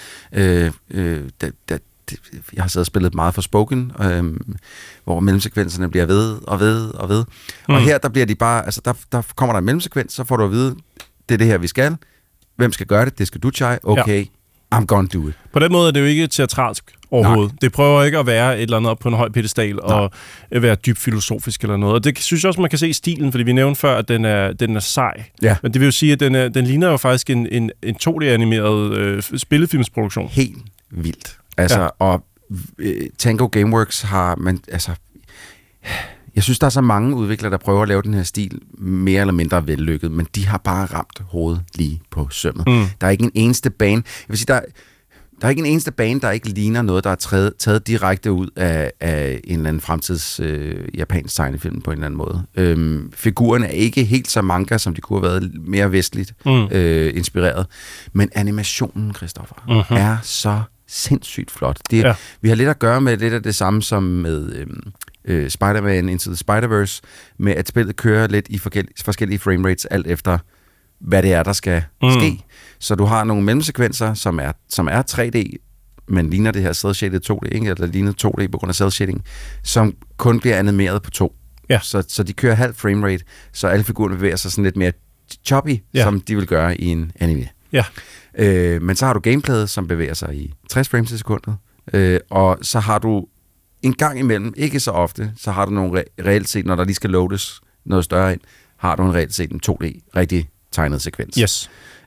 Jeg har siddet og spillet meget for Spoken, hvor mellemsekvenserne bliver ved og ved og ved. Og her, der bliver de bare, altså der kommer der en mellemsekvens, så får du at vide, det er det her, vi skal. Hvem skal gøre det? Det skal du, Chai. Okay, I'm gonna do it. På den måde er det jo ikke teatralsk overhovedet. Nej. Det prøver ikke at være et eller andet op på en høj pedestal og være dybt filosofisk eller noget. Og det synes jeg også, man kan se i stilen, fordi vi nævnte før, at den er sej. Ja. Men det vil jo sige, at den ligner jo faktisk en 2D-animeret spillefilmsproduktion. Helt vildt. Altså, og Tango Gameworks har man, altså, jeg synes, der er så mange udviklere, der prøver at lave den her stil mere eller mindre vellykket, men de har bare ramt hovedet lige på sømmet. Der er ikke en eneste bane, jeg vil sige, der er ikke en eneste bane, der ikke ligner noget, der er taget direkte ud af en eller anden fremtids japansk tegnefilm på en eller anden måde. Figurerne er ikke helt så manga, som de kunne have været mere vestligt inspireret, men animationen, Christoffer, er så sindssygt flot. Vi har lidt at gøre med lidt af det samme som med Spider-Man Into the Spider-Verse, med at spillet kører lidt i forskellige framerates, alt efter hvad det er, der skal ske. Så du har nogle mellemsekvenser, som er 3D, men ligner det her cel-shaded 2D, ikke? Eller ligner 2D på grund af cel-shading, som kun bliver animeret på 2. Ja. Så de kører halv framerate, så alle figurerne bevæger sig sådan lidt mere choppy, som de vil gøre i en anime. Ja. Men så har du gameplayet, som bevæger sig i 60 frames i sekundet, og så har du en gang imellem, ikke så ofte, så har du nogle reelt set, når der lige skal loades noget større ind, har du en reelt set en 2D rigtig tegnet sekvens. Yes.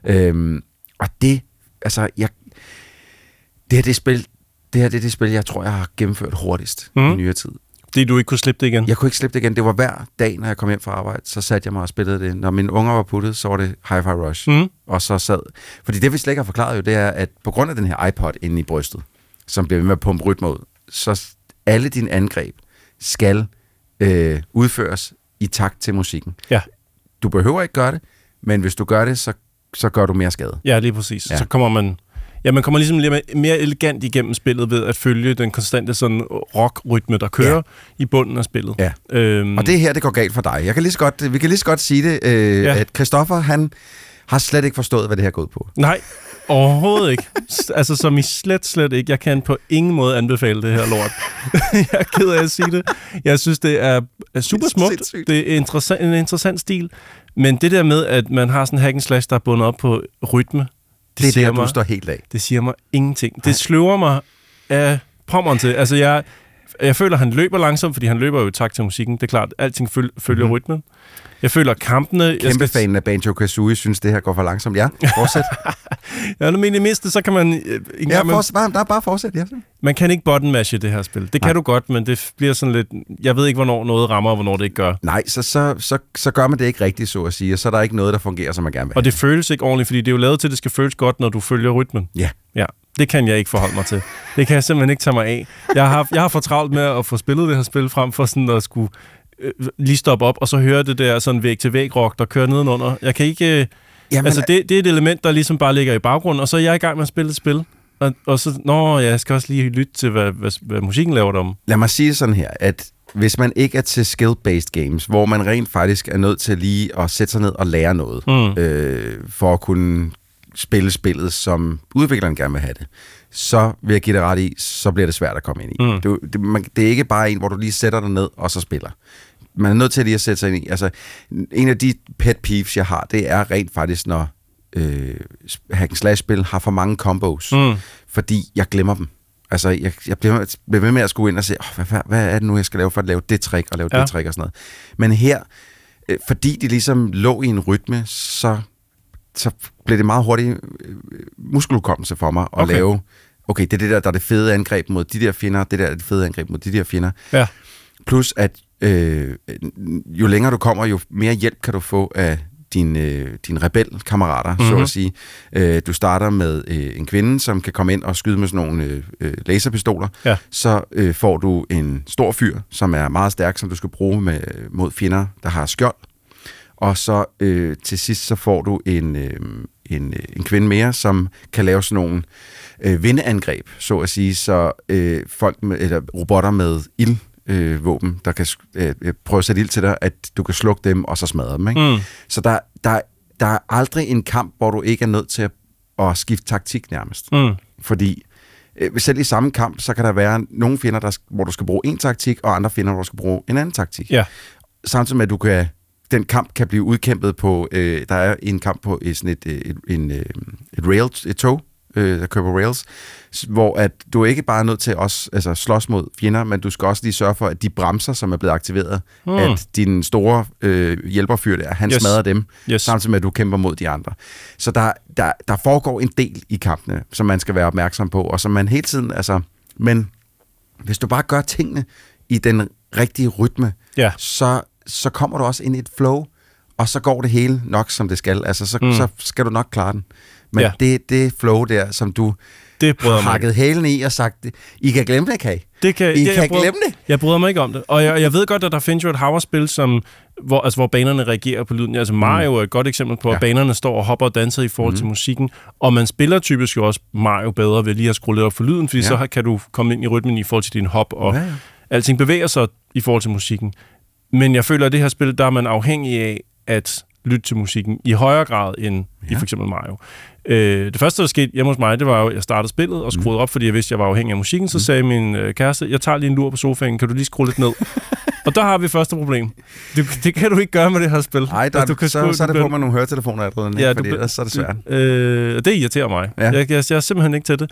Og det, altså, det er det spil, jeg tror, jeg har gennemført hurtigst i nyere tid. Det du ikke kunne slippe det igen? Jeg kunne ikke slippe det igen. Det var hver dag, når jeg kom hjem fra arbejde, så satte jeg mig og spillede det. Når mine unger var puttet, så var det Hi-Fi Rush. Og så sad... Fordi det, vi slet ikke har forklaret jo, det er, at på grund af den her iPod inde i brystet, som bliver ved med at pumpe rytme ud, så alle dine angreb skal udføres i takt til musikken. Ja. Du behøver ikke gøre det, men hvis du gør det, så gør du mere skade. Ja, lige præcis. Ja. Så kommer man... Ja, man kommer ligesom lidt mere elegant igennem spillet ved at følge den konstante sådan rock-rytme, der kører i bunden af spillet. Ja. Og det her, det går galt for dig. Vi kan lige så godt sige det, at Christoffer, han har slet ikke forstået, hvad det her går ud på. Nej, overhovedet ikke. Altså, som i slet ikke. Jeg kan på ingen måde anbefale det her lort. Jeg er ked af at sige det. Jeg synes, det er super smukt. Det er en interessant stil. Men det der med, at man har sådan en hack and slash, der er bundet op på rytme, det er der, du står helt af. Det siger mig ingenting. Nej. Det sløver mig af pommeren til. Altså, jeg føler, at han løber langsomt, fordi han løber jo i takt til musikken. Det er klart, alting følger rytmen. Jeg føler, at kampene... Kæmpe fanen af Banjo-Kazooie synes, det her går for langsomt. Ja, fortsæt. Ja, når man mindste, så kan man... Der er bare fortsæt, ja. Man kan ikke button-mashe det her spil. Det kan du godt, men det bliver sådan lidt... Jeg ved ikke, hvornår noget rammer, og hvornår det ikke gør. Nej, så gør man det ikke rigtigt, så at sige. Og så er der ikke noget, der fungerer, som man gerne vil. Og det føles ikke ordentligt, fordi det er jo lavet til, at det skal føles godt, når du følger rytmen. Ja. Ja. Det kan jeg ikke forholde mig til. Det kan jeg simpelthen ikke tage mig af. Jeg har for travlt med at få spillet det her spil frem for sådan at skulle lige stoppe op og så høre det der sådan væg-til-væg rock, der kører nedenunder. Jeg kan ikke... altså, det er et element, der ligesom bare ligger i baggrunden, og så er jeg i gang med at spille et spil. Og så... jeg skal også lige lytte til, hvad musikken laver dem. Lad mig sige sådan her, at hvis man ikke er til skill-based games, hvor man rent faktisk er nødt til lige at sætte sig ned og lære noget, for at kunne spille spillet, som udvikleren gerne vil have det, så vil jeg give det ret i, så bliver det svært at komme ind i. Det er ikke bare en, hvor du lige sætter dig ned, og så spiller. Man er nødt til lige at sætte sig ind i. Altså, en af de pet peeves, jeg har, det er rent faktisk, når hack-and-slash-spil har for mange combos, fordi jeg glemmer dem. Altså, jeg bliver ved med at skulle ind og se, hvad er det nu, jeg skal lave for at lave det trick og lave det trick og sådan noget. Men her, fordi de ligesom lå i en rytme, så blev det meget hurtigt muskeludkommelse for mig at lave, okay, det er det der er det fede angreb mod de der fjender, det der er det fede angreb mod de der fjender. Ja. Plus, at jo længere du kommer, jo mere hjælp kan du få af dine rebelkammerater, så at sige. Du starter med en kvinde, som kan komme ind og skyde med sådan nogle laserpistoler. Ja. Så får du en stor fyr, som er meget stærk, som du skal bruge mod fjender, der har skjold. Og så til sidst, så får du en kvinde mere, som kan lave sådan nogle vindeangreb, så at sige, så eller robotter med våben, der kan prøve at sætte ild til dig, at du kan slukke dem, og så smadre dem. Ikke? Så der er aldrig en kamp, hvor du ikke er nødt til at skifte taktik nærmest. Fordi selv i samme kamp, så kan der være nogle fjender, hvor du skal bruge en taktik, og andre fjender, hvor du skal bruge en anden taktik. Ja. Samtidig med, at den kamp kan blive udkæmpet på, der er en kamp på sådan et tog, der kører på rails, hvor at du ikke bare er nødt til at slås mod fjender, men du skal også lige sørge for, at de bremser, som er blevet aktiveret, at din store hjælperfyr der, han smadrer dem, samtidig med, at du kæmper mod de andre. Så der foregår en del i kampene, som man skal være opmærksom på, og som man hele tiden, men hvis du bare gør tingene i den rigtige rytme, så kommer du også ind i et flow, og så går det hele nok, som det skal. Altså, så skal du nok klare den. Men det flow der, som du har hakket hælen i og sagt, I kan glemme det, kan I? I kan glemme det. Jeg bryder mig ikke om det. Og jeg ved godt, at der findes jo et hav-spil, hvor banerne reagerer på lyden. Altså Mario er et godt eksempel på, at banerne står og hopper og danser i forhold til musikken. Og man spiller typisk jo også Mario bedre ved lige at skrue lidt op for lyden, fordi så kan du komme ind i rytmen i forhold til din hop, og alting bevæger sig i forhold til musikken. Men jeg føler, at det her spil, der er man afhængig af at lytte til musikken i højere grad end i for eksempel Mario. Det første, der skete hjemme hos mig, det var jo, at jeg startede spillet og skruede op, fordi jeg vidste, at jeg var afhængig af musikken. Så sagde min kæreste, jeg tager lige en lur på sofaen, kan du lige skrue lidt ned? Og der har vi første problem. Det kan du ikke gøre med det her spil. Nej, så er det på med nogle høretelefoner allerede, fordi ellers så er det svært. Det irriterer mig. Ja. Jeg er simpelthen ikke til det.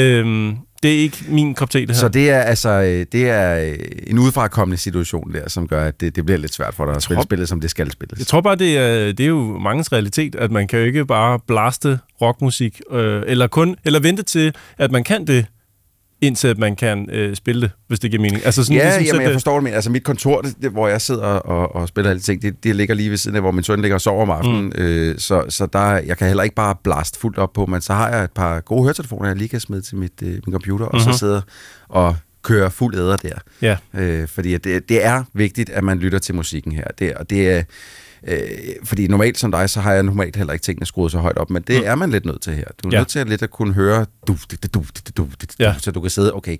Det er ikke min kop te, det her. Så det er en udefrakommende situation der, som gør, at det bliver lidt svært for dig at spille spillet, som det skal spilles. Jeg tror bare, det er jo mangens realitet, at man kan jo ikke bare blaste rockmusik, eller vente til, at man kan det, indtil at man kan spille det, hvis det giver mening. Altså sådan, jeg forstår det. Altså mit kontor, hvor jeg sidder og spiller alle ting, det ligger lige ved siden af, hvor min søn ligger og sover om aftenen. Så jeg kan heller ikke bare blaste fuldt op på, men så har jeg et par gode høretelefoner, jeg lige kan smide til min computer, og så sidder og kører fuld æder der. Ja. Fordi det er vigtigt, at man lytter til musikken her. Det er fordi normalt som dig, så har jeg normalt heller ikke tingene skruet så højt op, men det er man lidt nødt til her. Du er nødt til at lidt at kunne høre, så du kan sidde, okay,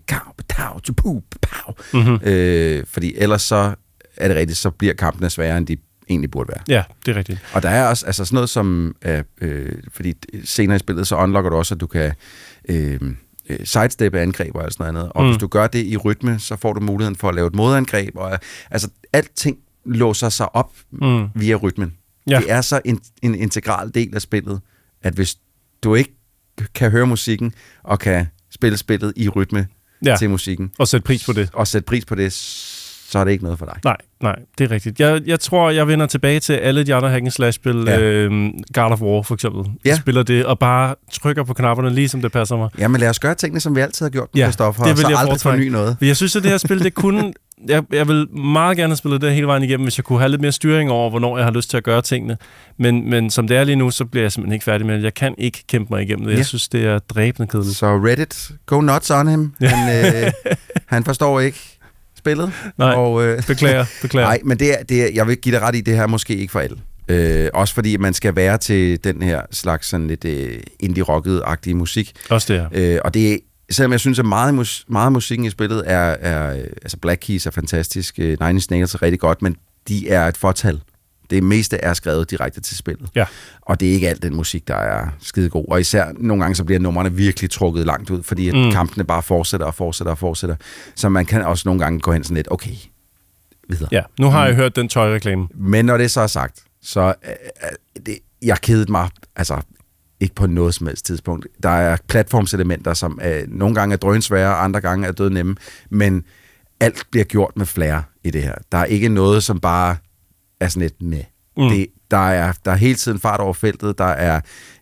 fordi ellers så er det rigtigt, så bliver kampene sværere, end de egentlig burde være. Ja, det er rigtigt. Og der er også sådan noget som, fordi senere i spillet, så unlocker du også, at du kan sidesteppe angreb og sådan noget. Og hvis du gør det i rytme, så får du muligheden for at lave et modangreb, og alting låser sig op via rytmen. Ja. Det er så en integral del af spillet, at hvis du ikke kan høre musikken, og kan spille spillet i rytme til musikken, og sætte pris på det, så er det ikke noget for dig. Nej, det er rigtigt. Jeg tror, jeg vender tilbage til alle de andre hack-and-slash-spil. God of War, for eksempel. Jeg spiller det, og bare trykker på knapperne, lige som det passer mig. Ja, men lad os gøre tingene, som vi altid har gjort, Christoffer, og så aldrig forny noget. Jeg synes, at det her spil, det kunne... Jeg vil meget gerne spille det hele vejen igennem, hvis jeg kunne have lidt mere styring over, hvornår jeg har lyst til at gøre tingene. Men som det er lige nu, så bliver jeg simpelthen ikke færdig med det. Jeg kan ikke kæmpe mig igennem det. Jeg synes, det er dræbende kedeligt. Så Reddit, go nuts on him. Han forstår ikke spillet. Nej, beklager. Nej, men jeg vil give dig ret i, det her måske ikke for alle. Også fordi man skal være til den her slags sådan lidt indie-rocket-agtige musik. Også det, og det er, selvom jeg synes, at meget musikken i spillet altså Black Keys er fantastisk, Nine Inch Nails er rigtig godt, men de er et fortal. Det meste er skrevet direkte til spillet. Ja. Og det er ikke alt den musik, der er skidegod. Og især nogle gange, så bliver numrene virkelig trukket langt ud, fordi at kampene bare fortsætter. Så man kan også nogle gange gå hen sådan lidt, okay, videre. Ja, nu har jeg hørt den tøjreklame. Men når det så er sagt, så jeg kedede mig, altså ikke på noget som helst tidspunkt. Der er platformselementer, som nogle gange er drønsvære, andre gange er dødnemme, men alt bliver gjort med flair i det her. Der er ikke noget, som bare er sådan lidt med. Der er hele tiden fart over feltet, der er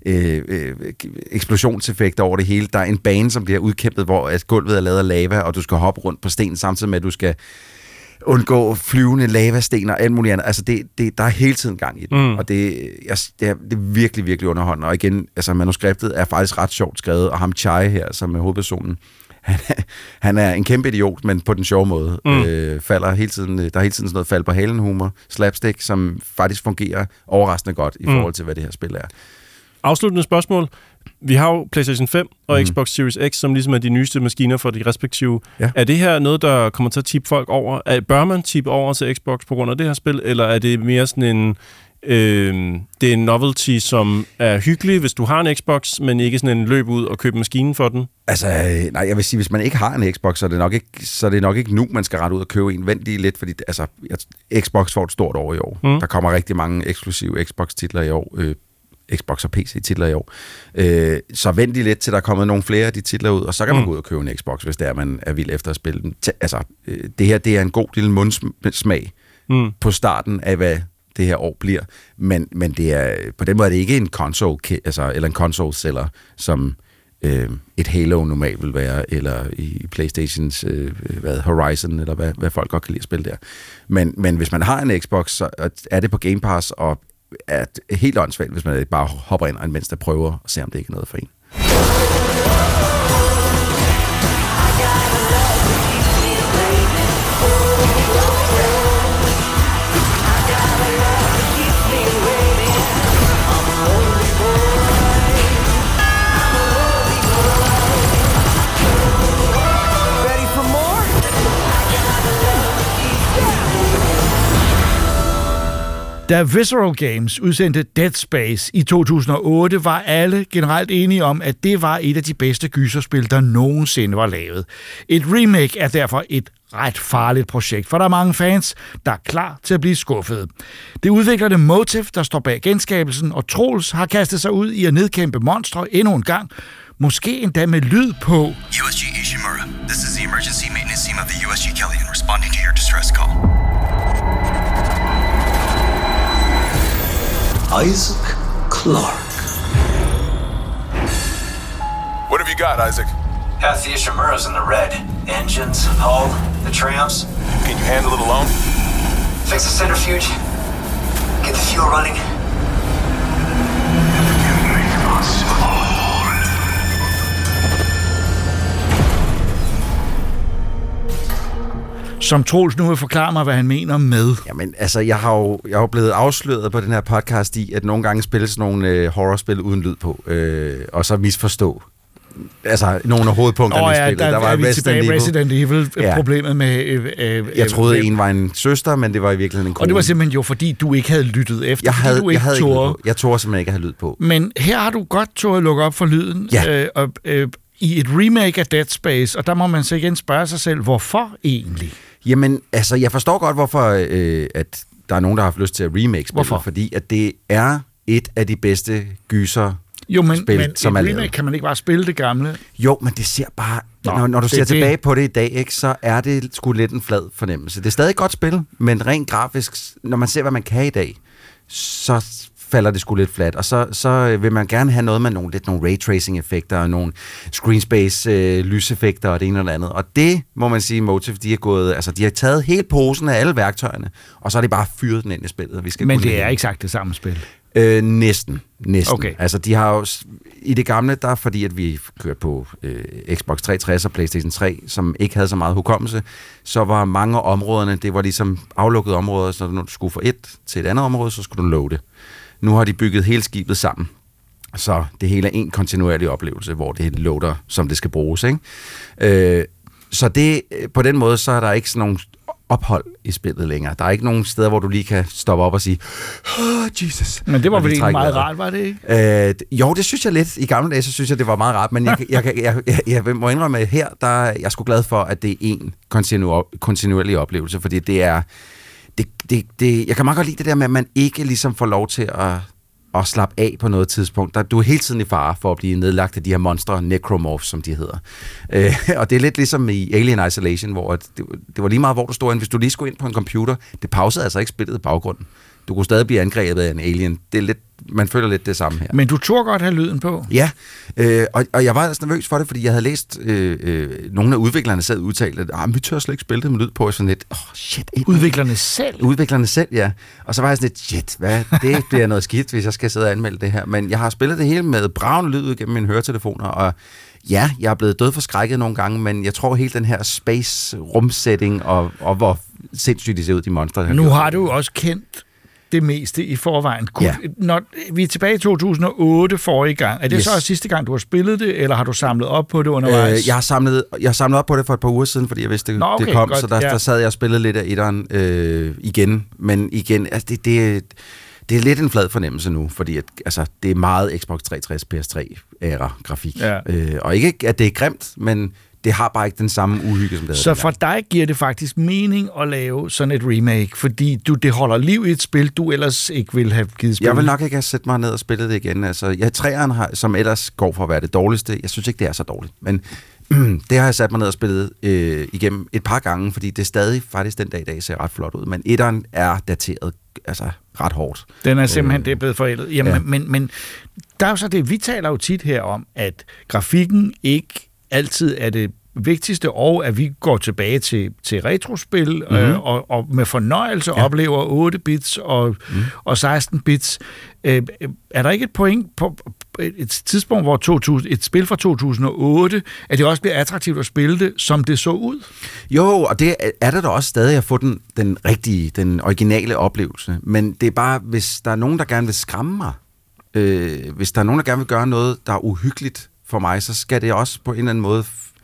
eksplosionseffekter over det hele, der er en bane, som bliver udkæmpet, hvor gulvet er lavet af lava, og du skal hoppe rundt på sten, samtidig med, at du skal undgå flyvende lavasten og alt muligt andet. Altså, der er hele tiden gang i det, og det er virkelig, virkelig underholdende. Og igen, altså, manuskriptet er faktisk ret sjovt skrevet, og ham Chai her, som er hovedpersonen, han er en kæmpe idiot, men på den sjove måde. Falder hele tiden, der er hele tiden sådan noget fald på halen humor, slapstick, som faktisk fungerer overraskende godt i forhold til, hvad det her spil er. Afsluttende spørgsmål. Vi har jo PlayStation 5 og Xbox Series X, som ligesom er de nyeste maskiner for de respektive. Ja. Er det her noget, der kommer til at tippe folk over? Bør man tippe over til Xbox på grund af det her spil, eller er det mere sådan en... det er en novelty, som er hyggelig, hvis du har en Xbox, men ikke sådan en løb ud og købe maskinen for den? Altså, nej, jeg vil sige, hvis man ikke har en Xbox, så er det nok ikke nu, man skal rette ud og købe en. Vent lige lidt, fordi altså, Xbox får et stort år i år. Der kommer rigtig mange eksklusive Xbox-titler i år. Xbox og PC-titler i år. Så vent lige lidt, til der er kommet nogle flere af de titler ud, og så kan man gå ud og købe en Xbox, hvis det er, man er vild efter at spille den. Altså, det her, det er en god lille mundsmag på starten af, hvad det her år bliver, men det er, på den måde er det ikke en console, altså, eller en console-seller, som et Halo normalt vil være, eller i PlayStations Horizon, eller hvad folk godt kan lide at spille der. Men hvis man har en Xbox, så er det på Game Pass, og er helt åndssvagt, hvis man bare hopper ind, og mens der prøver at se, om det ikke er noget for en. Da Visceral Games udsendte Dead Space i 2008, var alle generelt enige om, at det var et af de bedste gyserspil, der nogensinde var lavet. Et remake er derfor et ret farligt projekt, for der er mange fans, der er klar til at blive skuffede. Det udviklerne Motive, der står bag genskabelsen, og Troels har kastet sig ud i at nedkæmpe monstre endnu en gang, måske endda med lyd på. USG Ishimura, this is the emergency maintenance team of the USG Kellyan responding to your distress call. Isaac Clarke. What have you got, Isaac? Half the Ishimura's in the red. Engines, hull, the trams. Can you handle it alone? Fix the centrifuge. Get the fuel running. Som Troels nu vil forklare mig, hvad han mener med. Jamen, altså, jeg har jo blevet afsløret på den her podcast i, at nogle gange spilles nogle horrorspil uden lyd på, og så misforstå. Altså, nogle af hovedpunkterne i spillet. Der var Resident Evil-problemet med... jeg troede, en var en søster, men det var i virkeligheden en kone. Og det var simpelthen jo, fordi du ikke havde lyttet efter. Jeg turde simpelthen ikke have lyd på. Men her har du godt turde lukke op for lyden. Ja. I et remake af Dead Space, og der må man så igen spørge sig selv, hvorfor egentlig? Jamen, altså, jeg forstår godt, hvorfor at der er nogen, der har haft lyst til at remake spillet. Hvorfor? Fordi at det er et af de bedste gyser spil, som er lavet. Remake kan man ikke bare spille det gamle? Jo, men det ser bare... Når du ser tilbage på det i dag, ikke, så er det sgu lidt en flad fornemmelse. Det er stadig et godt spil, men rent grafisk, når man ser, hvad man kan i dag, så falder det sgu lidt flat, og så vil man gerne have noget med nogle raytracing-effekter og nogle screenspace-lyseffekter og det ene eller andet. Og det, må man sige, Motive, de har taget hele posen af alle værktøjerne, og så har de bare fyret den ind i spillet. Men det er ikke sagt det samme spil? Næsten. Okay. Altså, de har jo... I det gamle, der fordi at vi kørte på Xbox 360 og PlayStation 3, som ikke havde så meget hukommelse, så var mange af områderne, det var ligesom aflukkede områder, så når du skulle fra et til et andet område, så skulle du loade. Nu har de bygget hele skibet sammen, så det hele er en kontinuerlig oplevelse, hvor det loader, som det skal bruges, ikke? Så det, på den måde, så er der ikke sådan nogle ophold i spillet længere. Der er ikke nogen steder, hvor du lige kan stoppe op og sige, Jesus. Men det var vel ikke meget rart, var det ikke? Jo, det synes jeg lidt. I gamle dage, så synes jeg, det var meget rart, men jeg må indrømme, at her, jeg er sgu glad for, at det er en kontinuerlig oplevelse, fordi det er... jeg kan meget godt lide det der med, at man ikke ligesom får lov til at slappe af på noget tidspunkt. Du er hele tiden i fare for at blive nedlagt af de her monstre, necromorphs, som de hedder. Og det er lidt ligesom i Alien Isolation, hvor det var lige meget, hvor du stod ind. Hvis du lige skulle ind på en computer, det pausede altså ikke spillet i baggrunden. Du kunne stadig blive angrebet af en alien. Det er lidt, man føler lidt det samme her. Men du turde godt have lyden på? Ja, og jeg var altså nervøs for det, fordi jeg havde læst nogle af udviklerne selv udtalt, at vi tør slet ikke spille det med lyd på. Sådan lidt, shit. Udviklerne selv? Udviklerne selv, ja. Og så var jeg sådan lidt, shit, det bliver noget skidt, hvis jeg skal sidde og anmelde det her. Men jeg har spillet det hele med bravende lyd gennem mine høretelefoner, og ja, jeg er blevet dødforskrækket nogle gange, men jeg tror helt den her space-rumsetting, og hvor sindssygt de ser ud, de monstre. Nu har du også kendt det meste i forvejen. Når vi er tilbage i 2008 forrige gang. Er det så også sidste gang, du har spillet det, eller har du samlet op på det undervejs? Jeg har samlet op på det for et par uger siden, fordi jeg vidste, det kom, godt, så der sad jeg og spillede lidt af etteren igen. Men igen, altså det er lidt en flad fornemmelse nu, fordi det er meget Xbox 360 PS3-æra grafik. Ja. Og ikke, at det er grimt, men det har bare ikke den samme uhygge, som det Så for dig giver det faktisk mening at lave sådan et remake, fordi det holder liv i et spil, du ellers ikke ville have givet spillet? Jeg vil nok ikke have sat mig ned og spillet det igen. Altså, træerne som ellers går for at være det dårligste, jeg synes ikke, det er så dårligt. Men det har jeg sat mig ned og spillet igennem et par gange, fordi det stadig faktisk den dag i dag ser ret flot ud. Men etteren er dateret ret hårdt. Den er simpelthen det er blevet forældet. Jamen, ja. men der er jo så det, vi taler jo tit her om, at grafikken ikke altid er det vigtigste, og at vi går tilbage til retrospil og med fornøjelse oplever 8 bits og 16 bits. Er der ikke et point på et tidspunkt, hvor et spil fra 2008, at det også bliver attraktivt at spille det, som det så ud? Jo, og det er der da også stadig at få den rigtige, den originale oplevelse. Men det er bare, hvis der er nogen, der gerne vil skræmme mig, hvis der er nogen, der gerne vil gøre noget, der er uhyggeligt for mig, så skal det også på en eller anden måde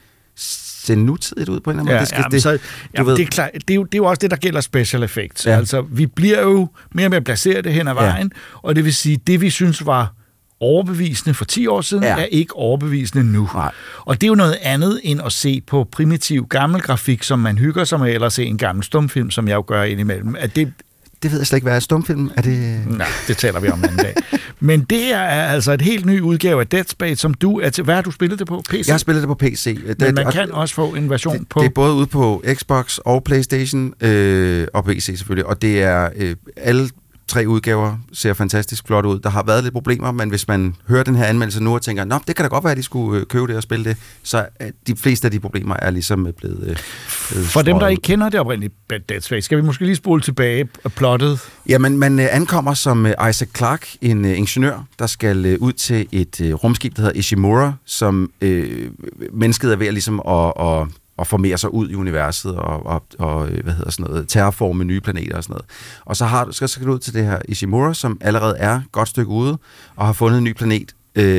se nutidigt ud på en eller anden måde. Det er klart. Det er jo også det, der gælder special effects. Ja. Altså, vi bliver jo mere og mere placeret det hen ad vejen, og det vil sige, det vi synes var overbevisende for 10 år siden, er ikke overbevisende nu. Nej. Og det er jo noget andet end at se på primitiv gammel grafik, som man hygger sig med, eller se en gammel stumfilm, som jeg jo gør indimellem. Det ved jeg slet ikke, hvad er stumfilm? Er det... Nej, det taler vi om en anden dag. Men det her er altså et helt ny udgave af Dead Space, som du er til... Hvad har du spillet det på? PC? Jeg har spillet det på PC. Men man kan også få en version på... Det er både ude på Xbox og PlayStation og PC selvfølgelig, og det er alle 3 udgaver ser fantastisk flot ud. Der har været lidt problemer, men hvis man hører den her anmeldelse nu og tænker, nå, det kan da godt være, at de skulle købe det og spille det, så de fleste af de problemer er ligesom blevet for dem, der ikke kender det oprindeligt Dead Space, skal vi måske lige spole tilbage og plottet? Jamen, man ankommer som Isaac Clarke, en ingeniør, der skal ud til et rumskib, der hedder Ishimura, som mennesket er ved ligesom at formere sig ud i universet og terraforme nye planeter og sådan noget. Og så skal du ud til det her Ishimura, som allerede er et godt stykke ude og har fundet en ny planet.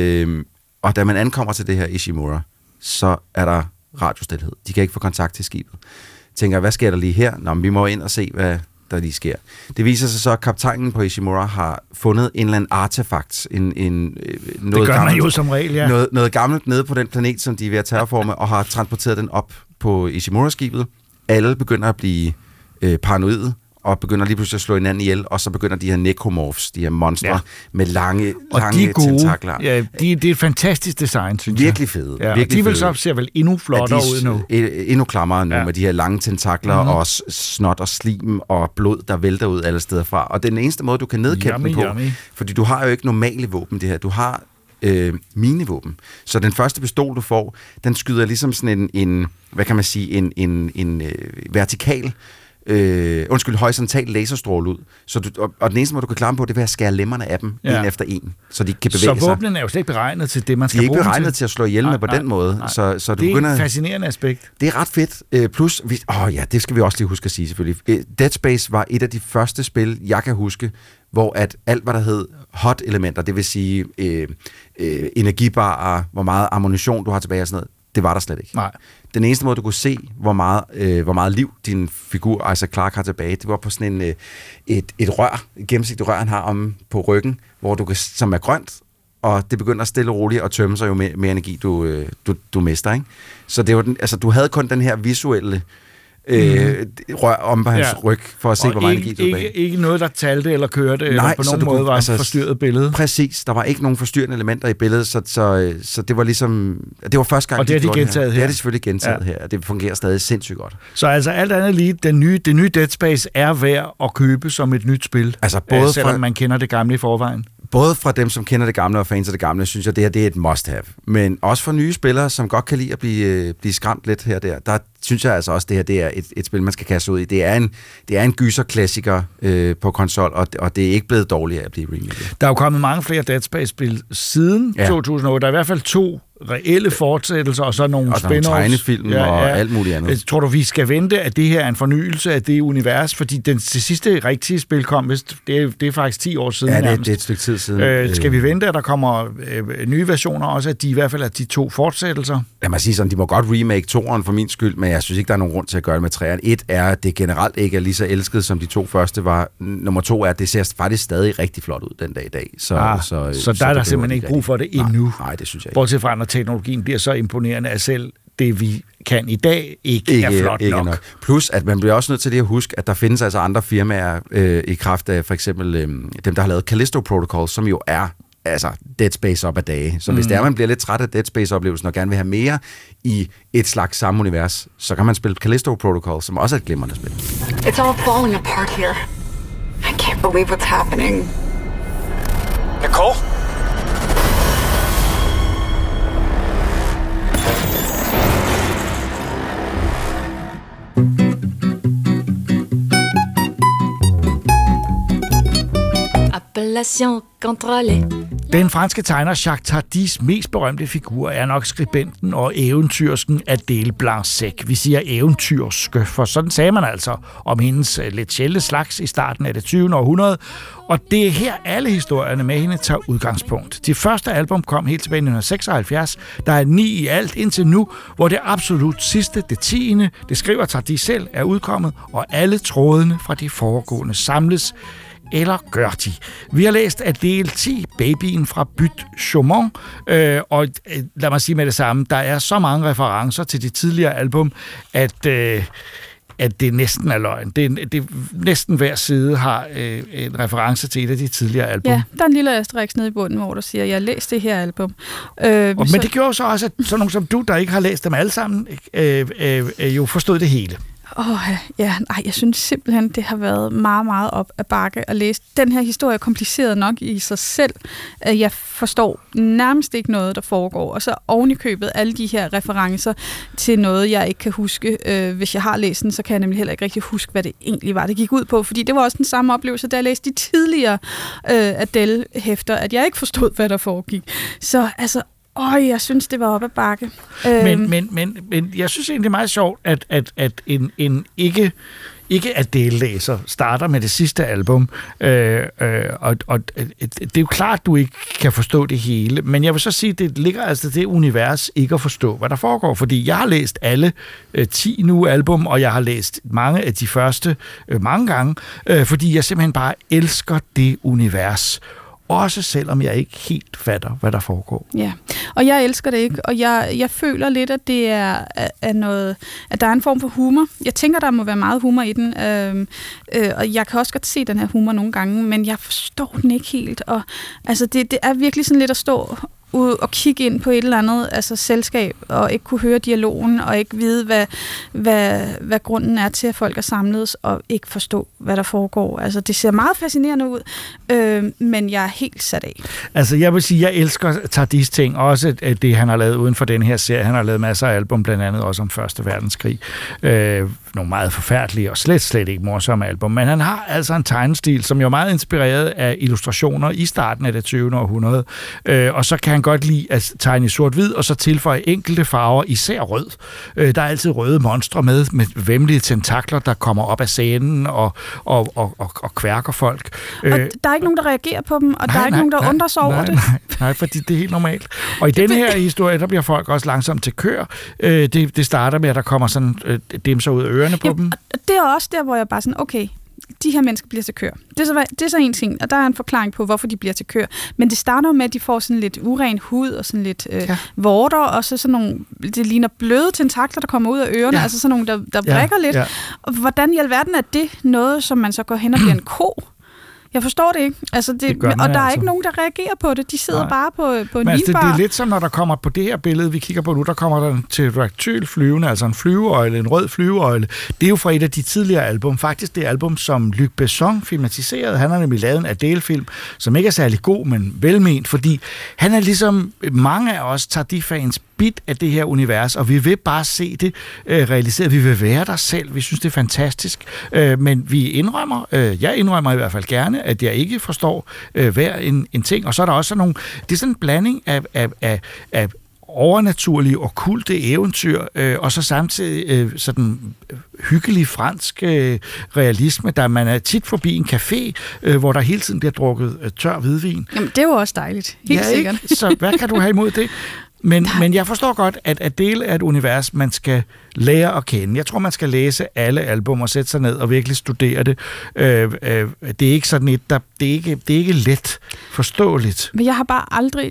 Og da man ankommer til det her Ishimura, så er der radiostilhed. De kan ikke få kontakt til skibet. Tænker, hvad sker der lige her? Nå, men vi må ind og se, hvad der lige sker. Det viser sig så, at kaptajnen på Ishimura har fundet en eller anden artefakt. Noget det gør man jo som regel, ja. Noget gammelt nede på den planet, som de er ved at terraforme, og har transporteret den op på Ishimura-skibet. Alle begynder at blive paranoide, og begynder lige pludselig at slå hinanden ihjel, og så begynder de her necromorphs, de her monstre med lange tentakler. Ja, det er et fantastisk design, synes jeg. Virkelig fede. Ja, virkelig fede. Så ser vel endnu flottere ud nu. Endnu klammere nu, med de her lange tentakler, og snot og slim og blod, der vælter ud alle steder fra. Og det er den eneste måde, du kan nedkæmpe dem på, fordi du har jo ikke normale våben, det her. Du har minivåben. Så den første pistol, du får, den skyder ligesom sådan en hvad kan man sige, en vertikal horisontal laserstråle ud. Så og den eneste måde, du kan klare dem på, det er at skære lemmerne af dem, en efter en, så de ikke kan bevæge sig. Så våbnen er jo slet ikke beregnet til det, man skal bruge. De er ikke beregnet til at slå ihjel med på den måde. Nej. Så det er et fascinerende aspekt. Det er ret fedt. Plus, det skal vi også lige huske at sige selvfølgelig. Dead Space var et af de første spil, jeg kan huske, hvor at alt, hvad der hed hot-elementer, det vil sige energibarer, hvor meget ammunition du har tilbage og sådan noget, Det var der slet ikke. Nej. Den eneste måde, du kunne se, hvor meget liv din figur Isaac Clarke har tilbage, det var på sådan et rør, et gennemsigtigt rør, han har om på ryggen, hvor du kan, som er grønt, og det begynder stille og roligt at tømme sig, jo mere energi du mister, ikke? Så det var du havde kun den her visuelle rør om på hans ryg, for at se, hvor meget energi du tilbage. Ikke noget, der talte eller kørte, eller på nogen måde var forstyrret billede. Præcis, der var ikke nogen forstyrrende elementer i billedet, så det var ligesom, det var første gang, og det er de gentaget her. Det er de selvfølgelig gentaget her, og det fungerer stadig sindssygt godt. Så altså alt andet lige, det nye Dead Space er værd at købe som et nyt spil, altså både selvom man kender det gamle i forvejen. Både fra dem, som kender det gamle og fans af det gamle, synes jeg, det her det er et must-have. Men også for nye spillere, som godt kan lide at blive skræmt lidt her og der synes jeg altså også, det her det er et spil, man skal kaste ud i. Det er en gyser-klassiker på konsol, og det er ikke blevet dårligere at blive remaket. Der er jo kommet mange flere Dead Space-spil siden 2008. Der er i hvert fald 2 reelle fortsættelser, og så nogle spin-offs. Og tegnefilm og alt muligt andet. Tror du, vi skal vente, at det her er en fornyelse af det univers? Fordi det sidste rigtige spil kom, det er faktisk 10 år siden. Ja, det er et stykke tid siden. Skal vi vente, at der kommer nye versioner også, at de i hvert fald er de 2 fortsættelser? Lad mig sige sådan, de må godt remake 2'eren for min skyld, men jeg synes ikke, der er nogen grund til at gøre det med 3'eren. 1 er, at det generelt ikke er lige så elsket, som de 2 første var. Nummer 2 er, at det ser faktisk stadig rigtig flot ud den dag i dag. Så der er der simpelthen ikke brug for det endnu. Nej, det synes jeg ikke. Bortset fra, når teknologien bliver så imponerende, at selv det, vi kan i dag, ikke er flot nok. Plus, at man bliver også nødt til det at huske, at der findes altså andre firmaer i kraft af for eksempel dem, der har lavet Callisto Protocol, som jo er Dead Space op ad dage. Så hvis man bliver lidt træt af Dead Space-oplevelsen og gerne vil have mere i et slags samme univers, så kan man spille Callisto Protocol, som også er et glimrende spil. It's all falling apart here. I can't believe what's happening. Nicole? Appellation contrôlée. Den franske tegner Jacques Tardis mest berømte figur er nok skribenten og eventyrsken Adèle Blanc-Sec. Vi siger eventyrske, for sådan sagde man altså om hendes lidt sjældne slags i starten af det 20. århundrede. Og det er her alle historierne med hende tager udgangspunkt. De første album kom helt tilbage i 1976. Der er 9 i alt indtil nu, hvor det absolut sidste, det 10. det skriver Tardis selv, er udkommet, og alle trådene fra de foregående samles. Eller gør de? Vi har læst Adèle 10, babyen fra Butte Chaumont, og lad mig sige med det samme, der er så mange referencer til de tidligere album, at det næsten er løgn. Det næsten hver side har en reference til et af de tidligere album. Ja, der er en lille asterisk nede i bunden, hvor der siger, jeg har læst det her album. Men det gjorde så også, at sådan nogen som du, der ikke har læst dem alle sammen, jo forstod det hele. Jeg synes simpelthen, det har været meget, meget op ad bakke at læse. Den her historie er kompliceret nok i sig selv. Jeg forstår nærmest ikke noget, der foregår. Og så oven i købet alle de her referencer til noget, jeg ikke kan huske. Hvis jeg har læst den, så kan jeg nemlig heller ikke rigtig huske, hvad det egentlig var, det gik ud på. Fordi det var også den samme oplevelse, da jeg læste de tidligere Adele-hæfter, at jeg ikke forstod, hvad der foregik. Så altså, jeg synes, det var op ad bakke. Men jeg synes egentlig, det er meget sjovt, at en ikke Adele-læser starter med det sidste album, og det er jo klart, at du ikke kan forstå det hele, men jeg vil så sige, at det ligger altså det univers ikke at forstå, hvad der foregår, fordi jeg har læst alle 10 nu album, og jeg har læst mange af de første mange gange, fordi jeg simpelthen bare elsker det univers. Også selvom jeg ikke helt fatter, hvad der foregår. Ja, og jeg elsker det ikke, og jeg føler lidt, at det er noget, at der er en form for humor. Jeg tænker, der må være meget humor i den, og jeg kan også godt se den her humor nogle gange, men jeg forstår den ikke helt. Og altså, det er virkelig sådan lidt at stå ud og kigge ind på et eller andet selskab, og ikke kunne høre dialogen, og ikke vide, hvad grunden er til, at folk er samledes, og ikke forstå, hvad der foregår. Altså, det ser meget fascinerende ud, men jeg er helt sat af. Altså, jeg vil sige, jeg elsker Tardis ting, også det, han har lavet uden for den her serie. Han har lavet masser af album, blandt andet også om 1. verdenskrig. Nogle meget forfærdelige og slet ikke morsomme album, men han har altså en tegnestil, som jo er meget inspireret af illustrationer i starten af det 20. århundrede, og så kan han godt lide at tegne i sort-hvid, og så tilføje enkelte farver, især rød. Der er altid røde monstre med væmmelige tentakler, der kommer op af scenen og kværker folk. Og der er ikke nogen, der reagerer på dem, og der er ikke nogen, der undrer sig over det. Nej, fordi det er helt normalt. Og i den her historie, der bliver folk også langsomt til kør. Det starter med, at der kommer sådan dimser ud af ørerne på dem. Det er også der, hvor jeg bare sådan, okay, de her mennesker bliver til kør. Det er så en ting, og der er en forklaring på, hvorfor de bliver til kør. Men det starter med, at de får sådan lidt uren hud og sådan lidt vorter, og så sådan nogle, det ligner bløde tentakler, der kommer ud af ørerne, altså sådan nogle, der brækker lidt. Ja. Og hvordan i alverden er det noget, som man så går hen og bliver en ko? Jeg forstår det ikke. Altså og der er ikke nogen, der reagerer på det. De sidder bare på en vinbar. Det er lidt som, når der kommer på det her billede, vi kigger på nu, der kommer der en pterodactyl flyvende, altså en flyveøgle, en rød flyveøgle. Det er jo fra et af de tidligere album. Faktisk det album, som Luc Besson filmatiserede. Han har nemlig lavet en Adele-film, som ikke er særlig god, men velment, fordi han er ligesom mange af os Tardi-fans bit af det her univers, og vi vil bare se det realiseret. Vi vil være der selv. Vi synes, det er fantastisk. Men jeg indrømmer i hvert fald gerne, at jeg ikke forstår hver en ting. Og så er der også nogle, det er sådan en blanding af overnaturlige og kulte eventyr, og så samtidig sådan hyggelig fransk realisme, der man er tit forbi en café, hvor der hele tiden bliver drukket tør hvidvin. Jamen, det er jo også dejligt. Helt sikkert. Så hvad kan du have imod det? Men jeg forstår godt, at Adele er et univers, man skal lære at kende. Jeg tror, man skal læse alle album og sætte sig ned og virkelig studere det. Det er ikke sådan det er ikke let forståeligt. Men jeg har aldrig,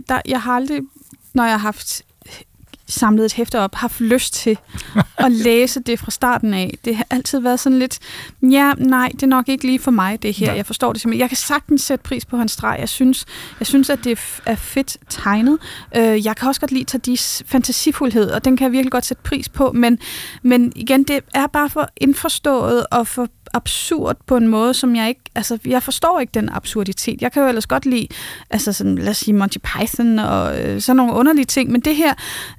når jeg har haft samlet et hæfte op, haft lyst til at læse det fra starten af. Det har altid været sådan lidt, det er nok ikke lige for mig, det her. Jeg forstår det simpelthen. Jeg kan sagtens sætte pris på hans streg. Jeg synes, at det er fedt tegnet. Jeg kan også godt lide Tardis fantasifuldhed, og den kan jeg virkelig godt sætte pris på, men igen, det er bare for indforstået og for absurd på en måde, som jeg forstår ikke den absurditet. Jeg kan jo ellers godt lide, altså sådan, lad os sige Monty Python og sådan nogle underlige ting, men det her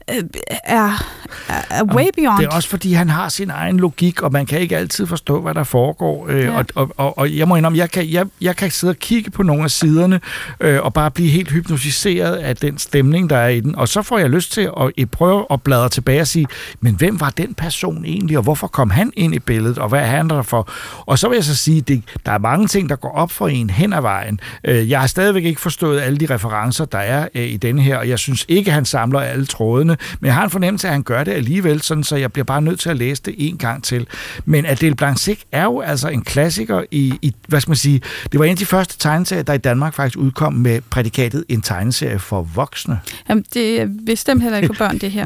er way beyond. Det er også fordi, han har sin egen logik, og man kan ikke altid forstå, hvad der foregår. Og jeg må indrømme, jeg kan sidde og kigge på nogle af siderne, og bare blive helt hypnotiseret af den stemning, der er i den. Og så får jeg lyst til at prøve at bladre tilbage og sige, men hvem var den person egentlig, og hvorfor kom han ind i billedet, og hvad handler der for? Og så vil jeg så sige, der er mange ting, der går op for en hen ad vejen. Jeg har stadigvæk ikke forstået alle de referencer, der er i denne her, og jeg synes ikke, han samler alle trådene, men jeg har en fornemmelse af, at han gør det alligevel, sådan, så jeg bliver bare nødt til at læse det en gang til. Men Adele Blanc-Sec er jo altså en klassiker i, hvad skal man sige, det var en af de første tegneserier, der i Danmark faktisk udkom med prædikatet en tegneserie for voksne. Jamen, det er bestemt heller ikke for børn, det her.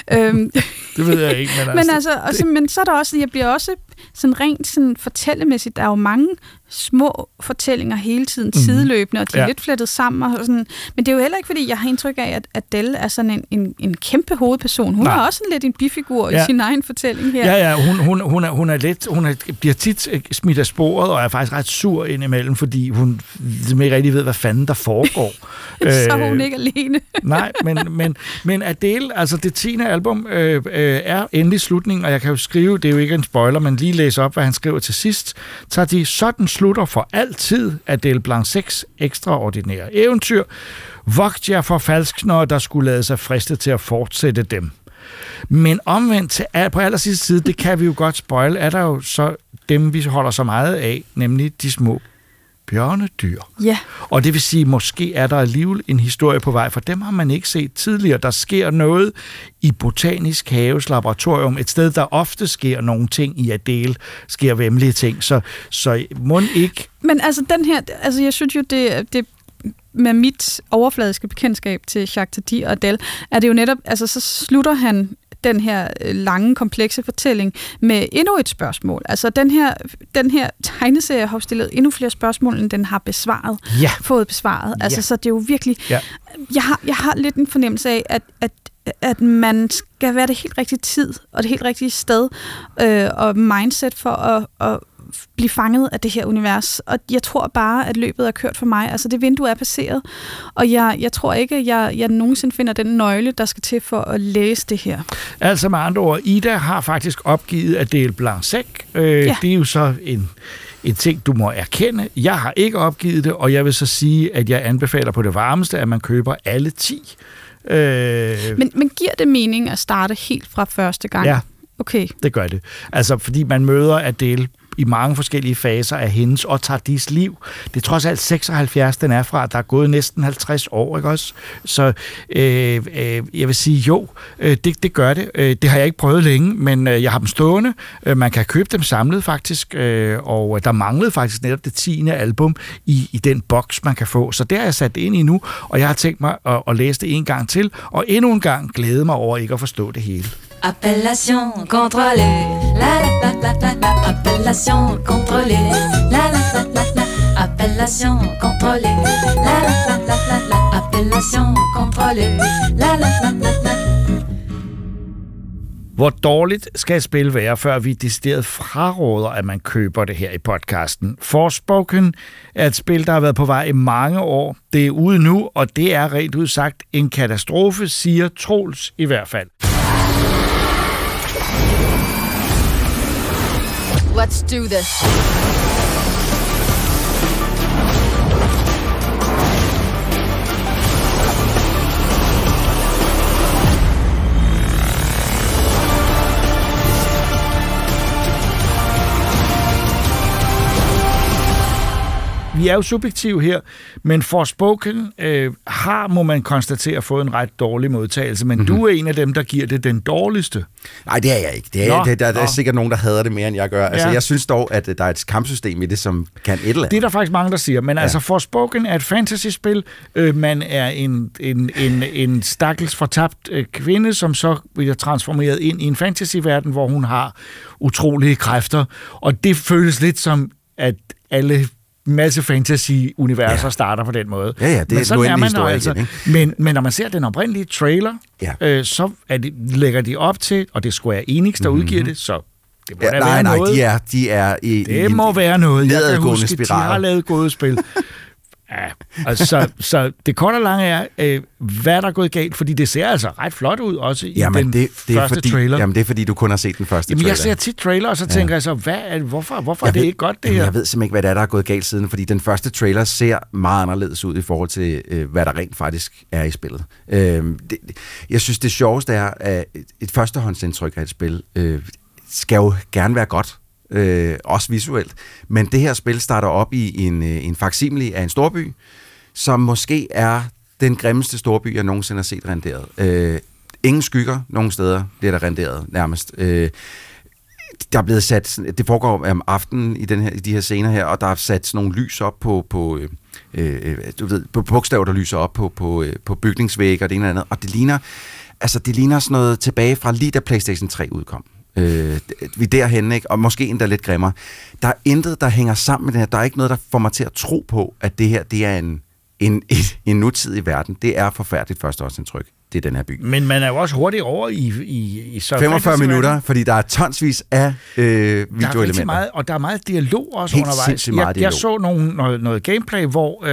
Det ved jeg ikke, men så er der også, jeg bliver også sådan rent sådan fortællemæssigt, der er jo mange små fortællinger hele tiden sideløbende, og de er lidt flettet sammen. Og sådan. Men det er jo heller ikke, fordi jeg har indtryk af, at Adele er sådan en kæmpe hovedperson. Hun er også lidt en bifigur i sin egen fortælling her. Ja, hun er lidt, bliver tit smidt af sporet, og er faktisk ret sur indimellem, fordi hun ikke rigtig ved, hvad fanden der foregår. Så er hun ikke alene. Nej, men Adele, altså det 10. album, er endelig slutningen, og jeg kan jo skrive, det er jo ikke en spoiler, men lige læse op, hvad han skriver til sidst. Tager de sådan slutter for altid Adele Blanc-Secs ekstraordinære eventyr. Vogt jer for falsknere, der skulle lade sig friste til at fortsætte dem. Men omvendt på allersidste side, det kan vi jo godt spoil, er der jo så dem, vi holder så meget af, nemlig de små bjørnedyr. Ja. Og det vil sige, måske er der alligevel en historie på vej, for dem har man ikke set tidligere. Der sker noget i Botanisk Haves laboratorium, et sted, der ofte sker nogle ting i Adele, sker væmmelige ting, så må ikke... Men altså den her, altså jeg synes jo, det med mit overfladiske bekendtskab til Jacques Tardi og Adele, er det jo netop, altså så slutter han den her lange, komplekse fortælling med endnu et spørgsmål. Altså den her tegneserie har stillet endnu flere spørgsmål, end den har besvaret. Ja. Fået besvaret. Altså så det er jo virkelig... Ja. Jeg har lidt en fornemmelse af, at man skal være det helt rigtige tid, og det helt rigtige sted, og mindset for at blive fanget af det her univers. Og jeg tror bare, at løbet er kørt for mig. Altså det vindue er passeret, og jeg tror ikke, at jeg nogensinde finder den nøgle, der skal til for at læse det her. Altså med andre ord, Ida har faktisk opgivet Adele Blanc-Sec. Det er jo så en ting, du må erkende. Jeg har ikke opgivet det, og jeg vil så sige, at jeg anbefaler på det varmeste, at man køber alle 10. Men giver det mening at starte helt fra første gang? Ja, okay. Det gør det. Altså, fordi man møder Adele i mange forskellige faser af hendes og Tardis liv. Det er trods alt 76, den er fra. Der er gået næsten 50 år, ikke også? Så jeg vil sige, jo, det gør det. Det har jeg ikke prøvet længe, men jeg har dem stående. Man kan købe dem samlet, faktisk. Og der manglede faktisk netop det 10. album i den boks, man kan få. Så det har jeg sat ind i nu, og jeg har tænkt mig at læse det en gang til, og endnu en gang glæde mig over ikke at forstå det hele. Appellation contrôlée, la la la la la la. Appellation contrôlée, la la la la la. Appellation contrôlée, la la la la la la. Appellation contrôlée, la la la la la. Hvor dårligt skal et spil være, før vi decideret fraråder, at man køber det her i podcasten? Forspoken er et spil, der har været på vej i mange år. Det er ude nu, og det er rent udsagt en katastrofe, siger Troels i hvert fald. Let's do this. Vi er jo subjektive her, men Forspoken har, må man konstatere, fået en ret dårlig modtagelse, men du er en af dem, der giver det den dårligste. Nej, det er jeg ikke. Der er sikkert nogen, der hader det mere, end jeg gør. Altså, jeg synes dog, at der er et kampsystem i det, som kan et eller andet. Det er der faktisk mange, der siger, men altså Forspoken er et fantasyspil. Man er en stakkels fortabt kvinde, som så bliver transformeret ind i en fantasyverden, hvor hun har utrolige kræfter, og det føles lidt som, at alle masse fantasy-universer starter på den måde. Ja, det er sådan er man altså. Men når man ser den oprindelige trailer, så lægger de op til, og det er Square Enix, der udgiver det, så det må være noget. Nej, de er i det må være noget. Jeg kan huske, spiral. De har lavet gode spil. Ja, altså, så det korte og lange er, hvad der er gået galt, fordi det ser altså ret flot ud, også i den første trailer. Jamen, det er fordi, du kun har set den første trailer. Jeg ser tit trailer, og så tænker jeg så, hvorfor er det ikke godt, det her? Jeg ved simpelthen ikke, hvad der er gået galt siden, fordi den første trailer ser meget anderledes ud i forhold til, hvad der rent faktisk er i spillet. Jeg synes, det sjoveste er, at et førstehåndsindtryk af et spil skal jo gerne være godt. Også visuelt. Men det her spil starter op i en faksimile af en storby, som måske er den grimmeste storby, jeg nogensinde har set renderet. Ingen skygger nogen steder bliver der renderet nærmest. Der er blevet sat, det foregår om aftenen i de her scener her, og der er sat sådan nogle lys op på bogstaver, der lyser op på bygningsvægge og det ene eller andet, og det ligner sådan noget tilbage fra lige da PlayStation 3 udkom. Vi er derhenne, ikke? Og måske endda lidt grimmere. Der er intet, der hænger sammen med det her. Der er ikke noget, der får mig til at tro på, at det her, det er en nutidig verden. Det er forfærdeligt førstehåndsindtryk. Det er den her by. Men man er jo også hurtigt over i så 45 minutter, fordi der er tonsvis af videoelementer. Der er meget, og der er meget dialog også helt undervejs. Jeg så noget gameplay,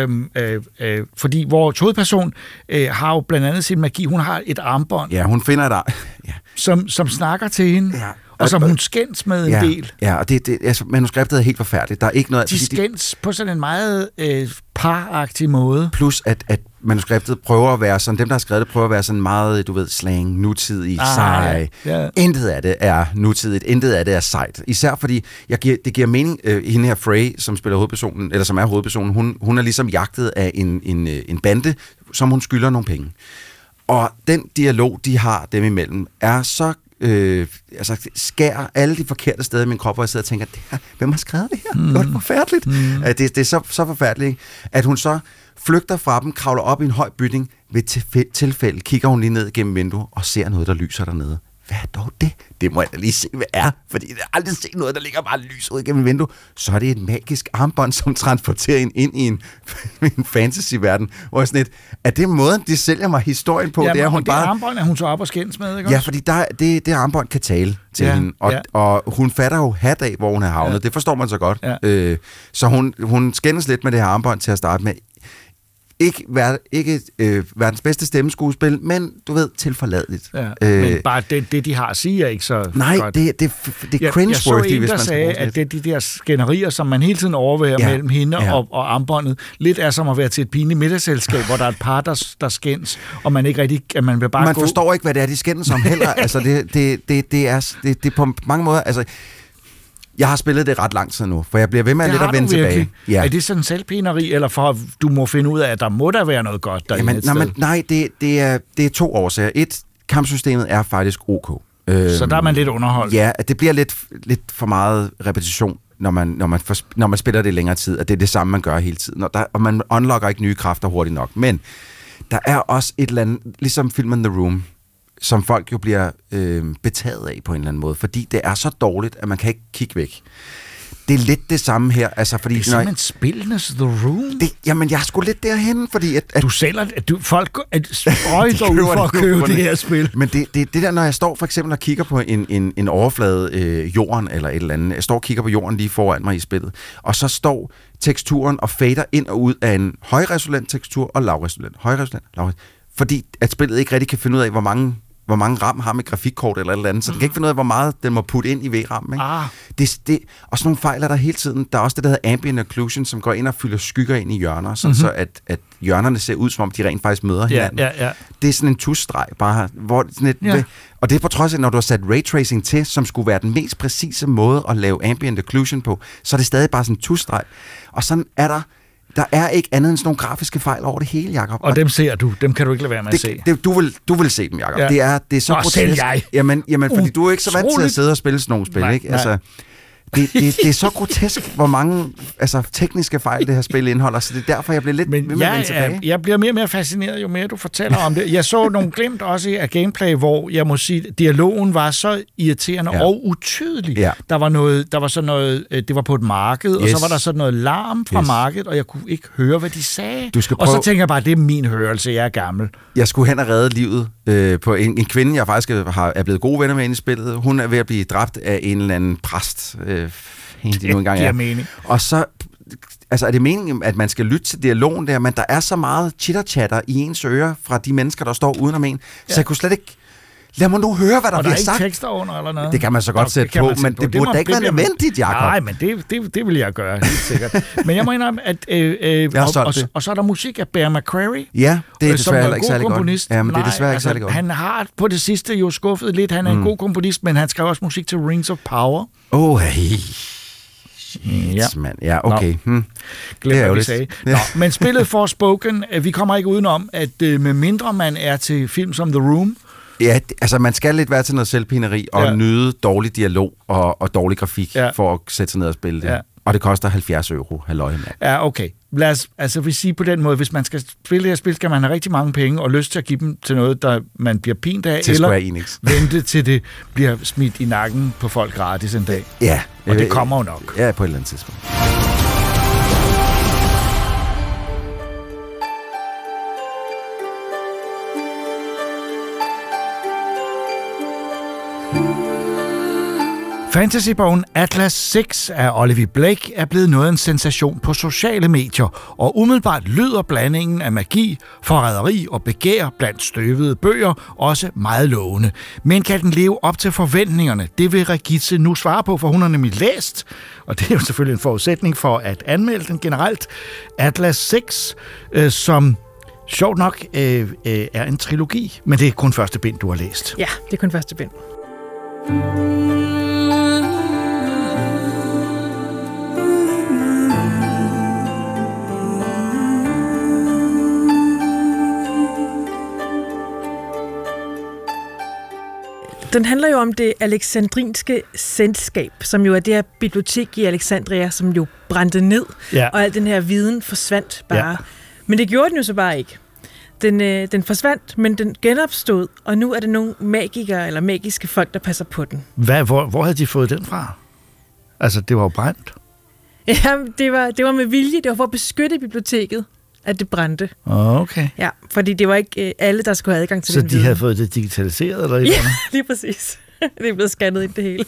hvor hovedpersonen har jo blandt andet sin magi. Hun har et armbånd. Ja, hun finder som snakker til hende. Ja. Og som hun skændes med en del. Ja, og altså, manuskriptet er helt forfærdeligt. Der er ikke noget... De skændes på sådan en meget paragtig måde. Plus, at manuskriptet prøver at være sådan... Dem, der har skrevet det, prøver at være sådan meget, du ved, slang, nutidig, sej. Ja. Intet af det er nutidigt. Intet af det er sejt. Især fordi, det giver mening... hende her Frey, som spiller hovedpersonen, eller som er hovedpersonen, hun er ligesom jagtet af en bande, som hun skylder nogle penge. Og den dialog, de har dem imellem, er så... skærer alle de forkerte steder i min krop, hvor jeg sidder og tænker, hvem har skrevet det her? Det er forfærdeligt. Det er så forfærdeligt, at hun så flygter fra dem, kravler op i en høj bygning, ved tilfælde kigger hun lige ned gennem vinduet og ser noget, der lyser dernede. Hvad er dog det? Det må jeg da lige se, hvad er. Fordi jeg har aldrig set noget, der ligger bare lys ud gennem vinduet. Så er det et magisk armbånd, som transporterer ind i en fantasy-verden. Hvor sådan er det måden, de sælger mig historien på? Ja, det er, hun bare... armbånd er hun så op og skændes med, ikke? Ja, fordi det armbånd kan tale til hende. Og hun fatter jo hat af, hvor hun er havnet. Ja. Det forstår man så godt. Ja. Så hun skændes lidt med det her armbånd til at starte med. Ikke verdens bedste stemmeskuespil, men du ved, tilforladeligt. Ja, men bare det, de har at sige, er ikke så nej, godt. det er cringe-worthy, hvis man sagde, at det de der skænderier, som man hele tiden overværer mellem hende og armbåndet, lidt er som at være til et pinligt middagsselskab, hvor der er et par, der skændes, og man ikke rigtig, at man vil bare man forstår ikke, hvad det er, de skændes om heller. Altså, det er på mange måder... Altså, jeg har spillet det ret lang tid nu, for jeg bliver ved med at lidt at vende tilbage. Ja. Er det sådan selvpineri, eller for at du må finde ud af, at der må der være noget godt derinde? Nej, det er 2 årsager. 1, kampsystemet er faktisk ok. Så der er man lidt underholdt? Ja, det bliver lidt for meget repetition, når man spiller det i længere tid, at det er det samme, man gør hele tiden. Og man unlocker ikke nye kræfter hurtigt nok. Men der er også et eller andet, ligesom filmen The Room, som folk jo bliver betaget af på en eller anden måde, fordi det er så dårligt, at man kan ikke kigge væk. Det er lidt det samme her. Altså, fordi, det er simpelthen spillenes The Room? Jamen, jeg er sgu lidt derhen, fordi... Du sælger... Folk sprøjter ud for at købe det her spil. Men det der, når jeg står for eksempel og kigger på en overflade jorden, eller et eller andet, jeg står og kigger på jorden lige foran mig i spillet, og så står teksturen og fader ind og ud af en højresolent tekstur og lavresolent. Fordi at spillet ikke rigtig kan finde ud af, hvor mange RAM har med grafikkort eller et eller andet, så den kan ikke finde ud af, hvor meget den må putte ind i V-RAM. Og sådan nogle fejl er der hele tiden. Der er også det, der hedder ambient occlusion, som går ind og fylder skygger ind i hjørner, så at hjørnerne ser ud, som om de rent faktisk møder hinanden. Ja. Det er sådan en tusstreg bare. Og det er på trods af, når du har sat raytracing til, som skulle være den mest præcise måde at lave ambient occlusion på, så er det stadig bare sådan en tusstreg. Og sådan er der er ikke andet end sådan nogle grafiske fejl over det hele, Jacob. Og dem ser du. Dem kan du ikke lade være med at se. Du vil se dem, Jacob. Ja. Det er så grotesk. Jamen, fordi du er ikke så vant til at sidde og spille sådan nogle spil, ikke? Altså, det er så grotesk, hvor mange tekniske fejl det her spil indeholder, så det er derfor, jeg bliver lidt tilbage. Jeg bliver mere og mere fascineret, jo mere du fortæller om det. Jeg så nogle glimt også af gameplay, hvor jeg må sige, dialogen var så irriterende og utydelig. Ja. Der var sådan noget, det var på et marked, og så var der sådan noget larm fra markedet, og jeg kunne ikke høre, hvad de sagde. Og så tænker jeg bare, det er min hørelse, jeg er gammel. Jeg skulle hen og redde livet på en kvinde, jeg faktisk er blevet gode venner med inde i spillet. Hun er ved at blive dræbt af en eller anden præst. Det giver mening. Og så er det meningen, at man skal lytte til dialogen der, men der er så meget chitter-chatter i ens ører fra de mennesker, der står udenom en, så jeg kunne slet ikke... Lad mig nu høre, hvad der bliver sagt. Og der er ikke tekster under eller noget? Det kan man så godt sætte på, men det burde da ikke være nødvendigt, Jacob. Nej, men det vil jeg gøre, helt sikkert. Men jeg må indrømme, at... og så er der musik af Bear McCreary. Ja, det er desværre ikke særlig godt. Ja, men det er desværre ikke særlig godt. Han har på det sidste jo skuffet lidt. Han er en god komponist, men han skrev også musik til Rings of Power. Ja, okay. Glem, hvad vi sagde. Men spillet Forspoken, vi kommer ikke udenom, at med mindre man er til film som The Room... Ja, altså man skal lidt være til noget selvpineri og nyde dårlig dialog og dårlig grafik for at sætte sig ned og spille det. Ja. Og det koster 70 €, halløj, mand. Ja, okay. Lad os vil sige på den måde, hvis man skal spille det her spil, skal man have rigtig mange penge og lyst til at give dem til noget, der man bliver pint af, til eller vente til det bliver smidt i nakken på folk gratis en dag. Ja. Og det kommer jo nok. Ja, på et eller andet tidspunkt. Fantasybogen Atlas 6 af Olivia Blake er blevet noget af en sensation på sociale medier, og umiddelbart lyder blandingen af magi, forræderi og begær blandt støvede bøger også meget lovende. Men kan den leve op til forventningerne? Det vil Regitze nu svare på, for hun har nemlig læst, og det er jo selvfølgelig en forudsætning for at anmelde den generelt, Atlas 6, som sjovt nok er en trilogi, men det er kun første bind, du har læst. Ja, det er kun første bind. Den handler jo om det alexandrinske selskab, som jo er det her bibliotek i Alexandria, som jo brændte ned, og al den her viden forsvandt bare. Ja. Men det gjorde den jo så bare ikke. Den forsvandt, men den genopstod, og nu er det nogle magikere eller magiske folk, der passer på den. Hvor havde de fået den fra? Altså, det var jo brændt. Ja, det var med vilje. Det var for at beskytte biblioteket, at det brændte. Okay. Ja, fordi det var ikke alle, der skulle have adgang til så den de havde fået det digitaliseret, eller ja, lige præcis. Det er blevet scannet ind det hele.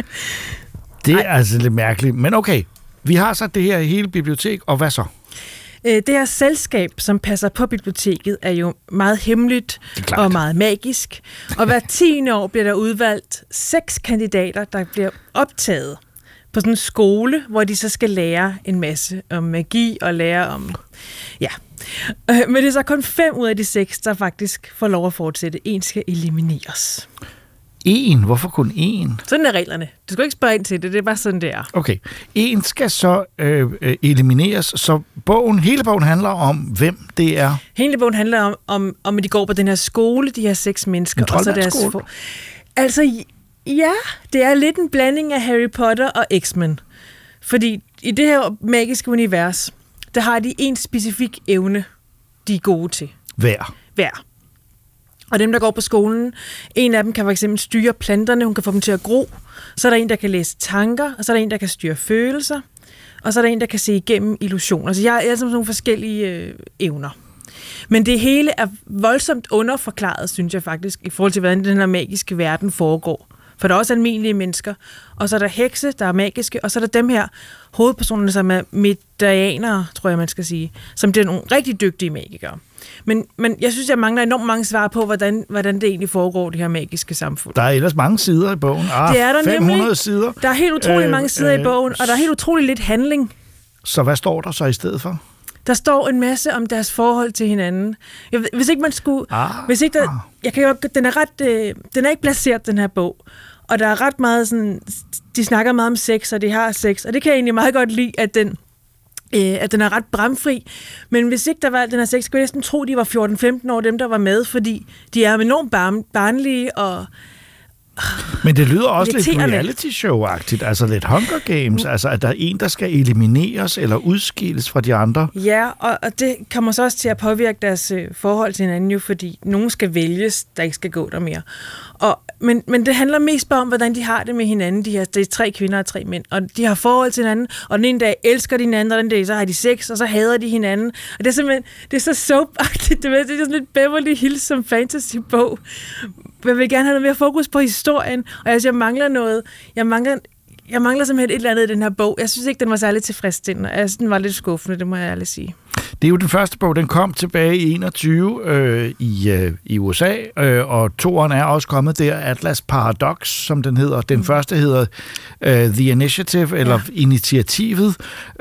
Det er altså lidt mærkeligt. Men okay, vi har så det her hele bibliotek, og hvad så? Det her selskab, som passer på biblioteket, er jo meget hemmeligt og meget magisk. Og hver 10. år bliver der udvalgt 6 kandidater, der bliver optaget på sådan en skole, hvor de så skal lære en masse om magi og lære om... Ja. Men det er så kun 5 ud af de 6, der faktisk får lov at fortsætte. 1 skal elimineres. 1? Hvorfor kun 1? Sådan er reglerne. Du skal ikke spørge ind til det, det er bare sådan, det er. Okay. 1 skal så elimineres, så hele bogen handler om, hvem det er? Hele bogen handler om at de går på den her skole, de her 6 mennesker. En troldmandsskole? Altså, ja, det er lidt en blanding af Harry Potter og X-Men. Fordi i det her magiske univers, der har de en specifik evne, de er gode til. Hver. Og dem, der går på skolen, en af dem kan for eksempel styre planterne, hun kan få dem til at gro. Så er der en, der kan læse tanker, og så er der en, der kan styre følelser, og så er der en, der kan se igennem illusioner. Så jeg er altså sådan nogle forskellige evner. Men det hele er voldsomt underforklaret, synes jeg faktisk, i forhold til, hvordan den her magiske verden foregår. For der er også almindelige mennesker, og så er der hekse, der er magiske, og så er der dem her hovedpersonerne, som er medianere, tror jeg, man skal sige, som det er nogle rigtig dygtige magikere. Men jeg synes, jeg mangler enormt mange svar på, hvordan det egentlig foregår, det her magiske samfund. Der er ellers mange sider i bogen. Det er der 500 nemlig. Sider. Der er helt utrolig mange sider i bogen, og der er helt utrolig lidt handling. Så hvad står der så i stedet for? Der står en masse om deres forhold til hinanden. Hvis ikke man skulle... Den er ikke placeret, den her bog. Og der er ret meget sådan... De snakker meget om sex, og de har sex. Og det kan jeg egentlig meget godt lide, at den er ret bramfri. Men hvis ikke der var den her sex, skulle jeg næsten tro, de var 14-15 år, dem der var med, fordi de er enormt barnlige og... Men det lyder også lidt reality-show-agtigt, altså lidt Hunger Games, altså at der er en, der skal elimineres eller udskilles fra de andre. Ja, og det kommer så også til at påvirke deres forhold til hinanden jo, fordi nogen skal vælges, der ikke skal gå der mere. Men det handler mest bare om, hvordan de har det med hinanden. Det er 3 kvinder og 3 mænd, og de har forhold til hinanden, og den ene dag elsker de hinanden, og den dag så har de sex, og så hader de hinanden. Og det er simpelthen, det er så soap-agtigt, det er sådan lidt Beverly Hills som fantasy-bog. Jeg vil gerne have noget mere fokus på historien, og jeg mangler simpelthen et eller andet i den her bog. Jeg synes ikke, den var særlig tilfredsstillende. Jeg synes, den var lidt skuffende, det må jeg ærligt sige. Det er jo den første bog, den kom tilbage i 21 i USA, og 2'eren er også kommet der, Atlas Paradox, som den hedder. Den første hedder The Initiative, eller Initiativet,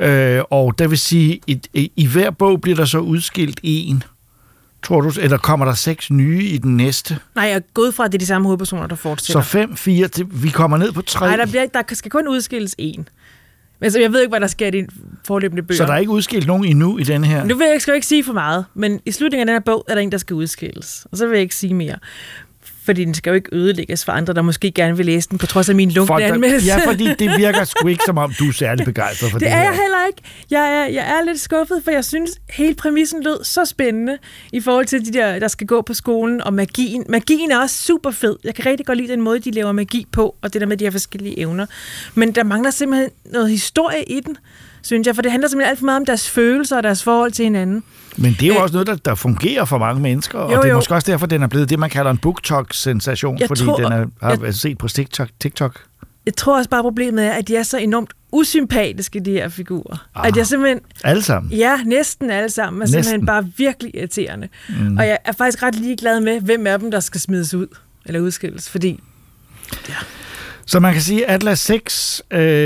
og det vil sige, i hver bog bliver der så udskilt 1. Tror du, eller kommer der 6 nye i den næste? Nej, jeg er gået fra, at det er de samme hovedpersoner, der fortsætter. Så 5, 4, vi kommer ned på 3? Nej, der skal kun udskilles 1. Altså, jeg ved ikke, hvad der sker i de forløbende bøger. Så der er ikke udskilt nogen endnu i denne her? Nu skal jeg ikke sige for meget, men i slutningen af den her bog er der en, der skal udskilles. Og så vil jeg ikke sige mere. Fordi den skal jo ikke ødelægges for andre, der måske gerne vil læse den, på trods af min lunkne anmeldelse. Ja, fordi det virker sgu ikke, som om du er særlig begejstret for det her. Det er jeg heller ikke. Jeg er lidt skuffet, for jeg synes, hele præmissen lød så spændende i forhold til de der skal gå på skolen, og magien. Magien er også super fed. Jeg kan rigtig godt lide den måde, de laver magi på, og det der med de her forskellige evner. Men der mangler simpelthen noget historie i den, synes jeg, for det handler simpelthen alt for meget om deres følelser og deres forhold til hinanden. Men det er jo også noget, der fungerer for mange mennesker, og det er måske også derfor, den er blevet det, man kalder en BookTok-sensation, fordi den har set på TikTok. Jeg tror også bare, problemet er, at de er så enormt usympatiske, de her figurer. At jeg simpelthen... Alle sammen? Ja, næsten alle sammen. Er simpelthen bare virkelig irriterende. Og jeg er faktisk ret ligeglad med, hvem af dem, der skal smides ud eller udskilles, fordi... Ja. Så man kan sige, at Atlas 6,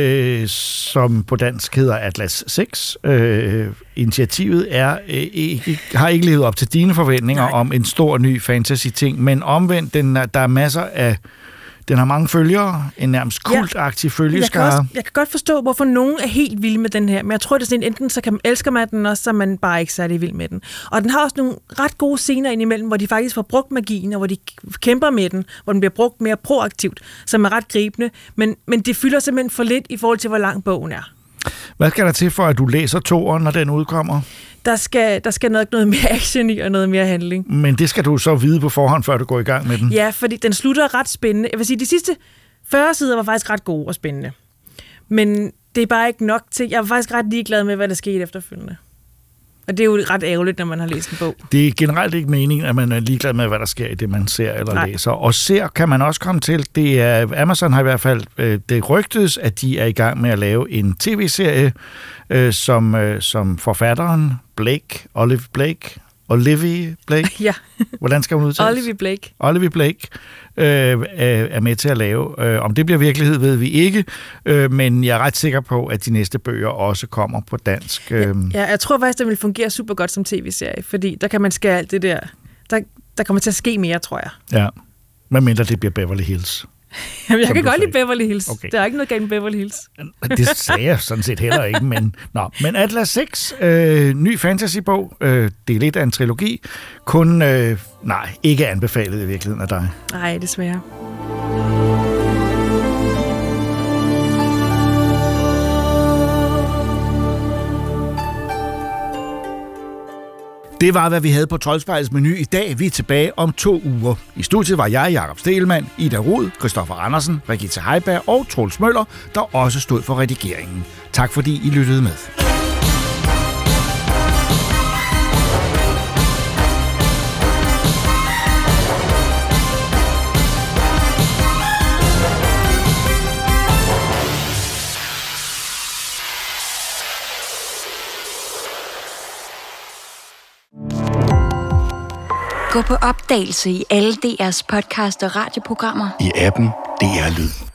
som på dansk hedder Atlas 6, initiativet har ikke levet op til dine forventninger om en stor ny fantasy-ting, men omvendt, der er masser af... Den har mange følgere, en nærmest kultagtig følgeskare. Jeg kan godt forstå, hvorfor nogen er helt vilde med den her, men jeg tror, det er sådan, enten så elsker man den, og så er man bare ikke særlig vild med den. Og den har også nogle ret gode scener indimellem, hvor de faktisk får brugt magien, og hvor de kæmper med den, hvor den bliver brugt mere proaktivt, som er ret gribende, men det fylder simpelthen for lidt i forhold til, hvor lang bogen er. Hvad skal der til for, at du læser 2'eren, når den udkommer? Der skal noget mere action i, og noget mere handling. Men det skal du så vide på forhånd, før du går i gang med den? Ja, fordi den slutter ret spændende. Jeg vil sige, de sidste 40 sider var faktisk ret gode og spændende. Men det er bare ikke nok til... Jeg var faktisk ret ligeglad med, hvad der skete efterfølgende. Og det er jo ret ærgerligt, når man har læst en bog. Det er generelt ikke meningen, at man er ligeglad med, hvad der sker i det, man ser eller læser. Og ser kan man også komme til. Det er, Amazon har i hvert fald, det rygtes, at de er i gang med at lave en tv-serie, som forfatteren Olivia Blake? Ja. Hvordan skal hun udtales? Olivia Blake er med til at lave. Om det bliver virkelighed, ved vi ikke, men jeg er ret sikker på, at de næste bøger også kommer på dansk. Ja, jeg tror faktisk, det vil fungere super godt som tv-serie, fordi der kan man skære alt det der. Der kommer til at ske mere, tror jeg. Ja, medmindre det bliver Beverly Hills. Jamen, jeg kan godt lide Beverly Hills. Okay. Der er ikke noget galt med Beverly Hills. Det sagde jeg sådan set heller ikke, men Atlas 6, ny fantasybog, del 1 af en trilogi, kun, ikke anbefalet i virkeligheden af dig. Nej, desværre. Det var, hvad vi havde på Troldspejlets menu i dag. Vi er tilbage om 2 uger. I studiet var jeg, Jakob Stegelmann, Ida Rud, Christoffer Andersen, Regitze Heiberg og Troels Møller, der også stod for redigeringen. Tak fordi I lyttede med. Gå på opdagelse i alle DR's podcast og radioprogrammer. I appen DR Lyd.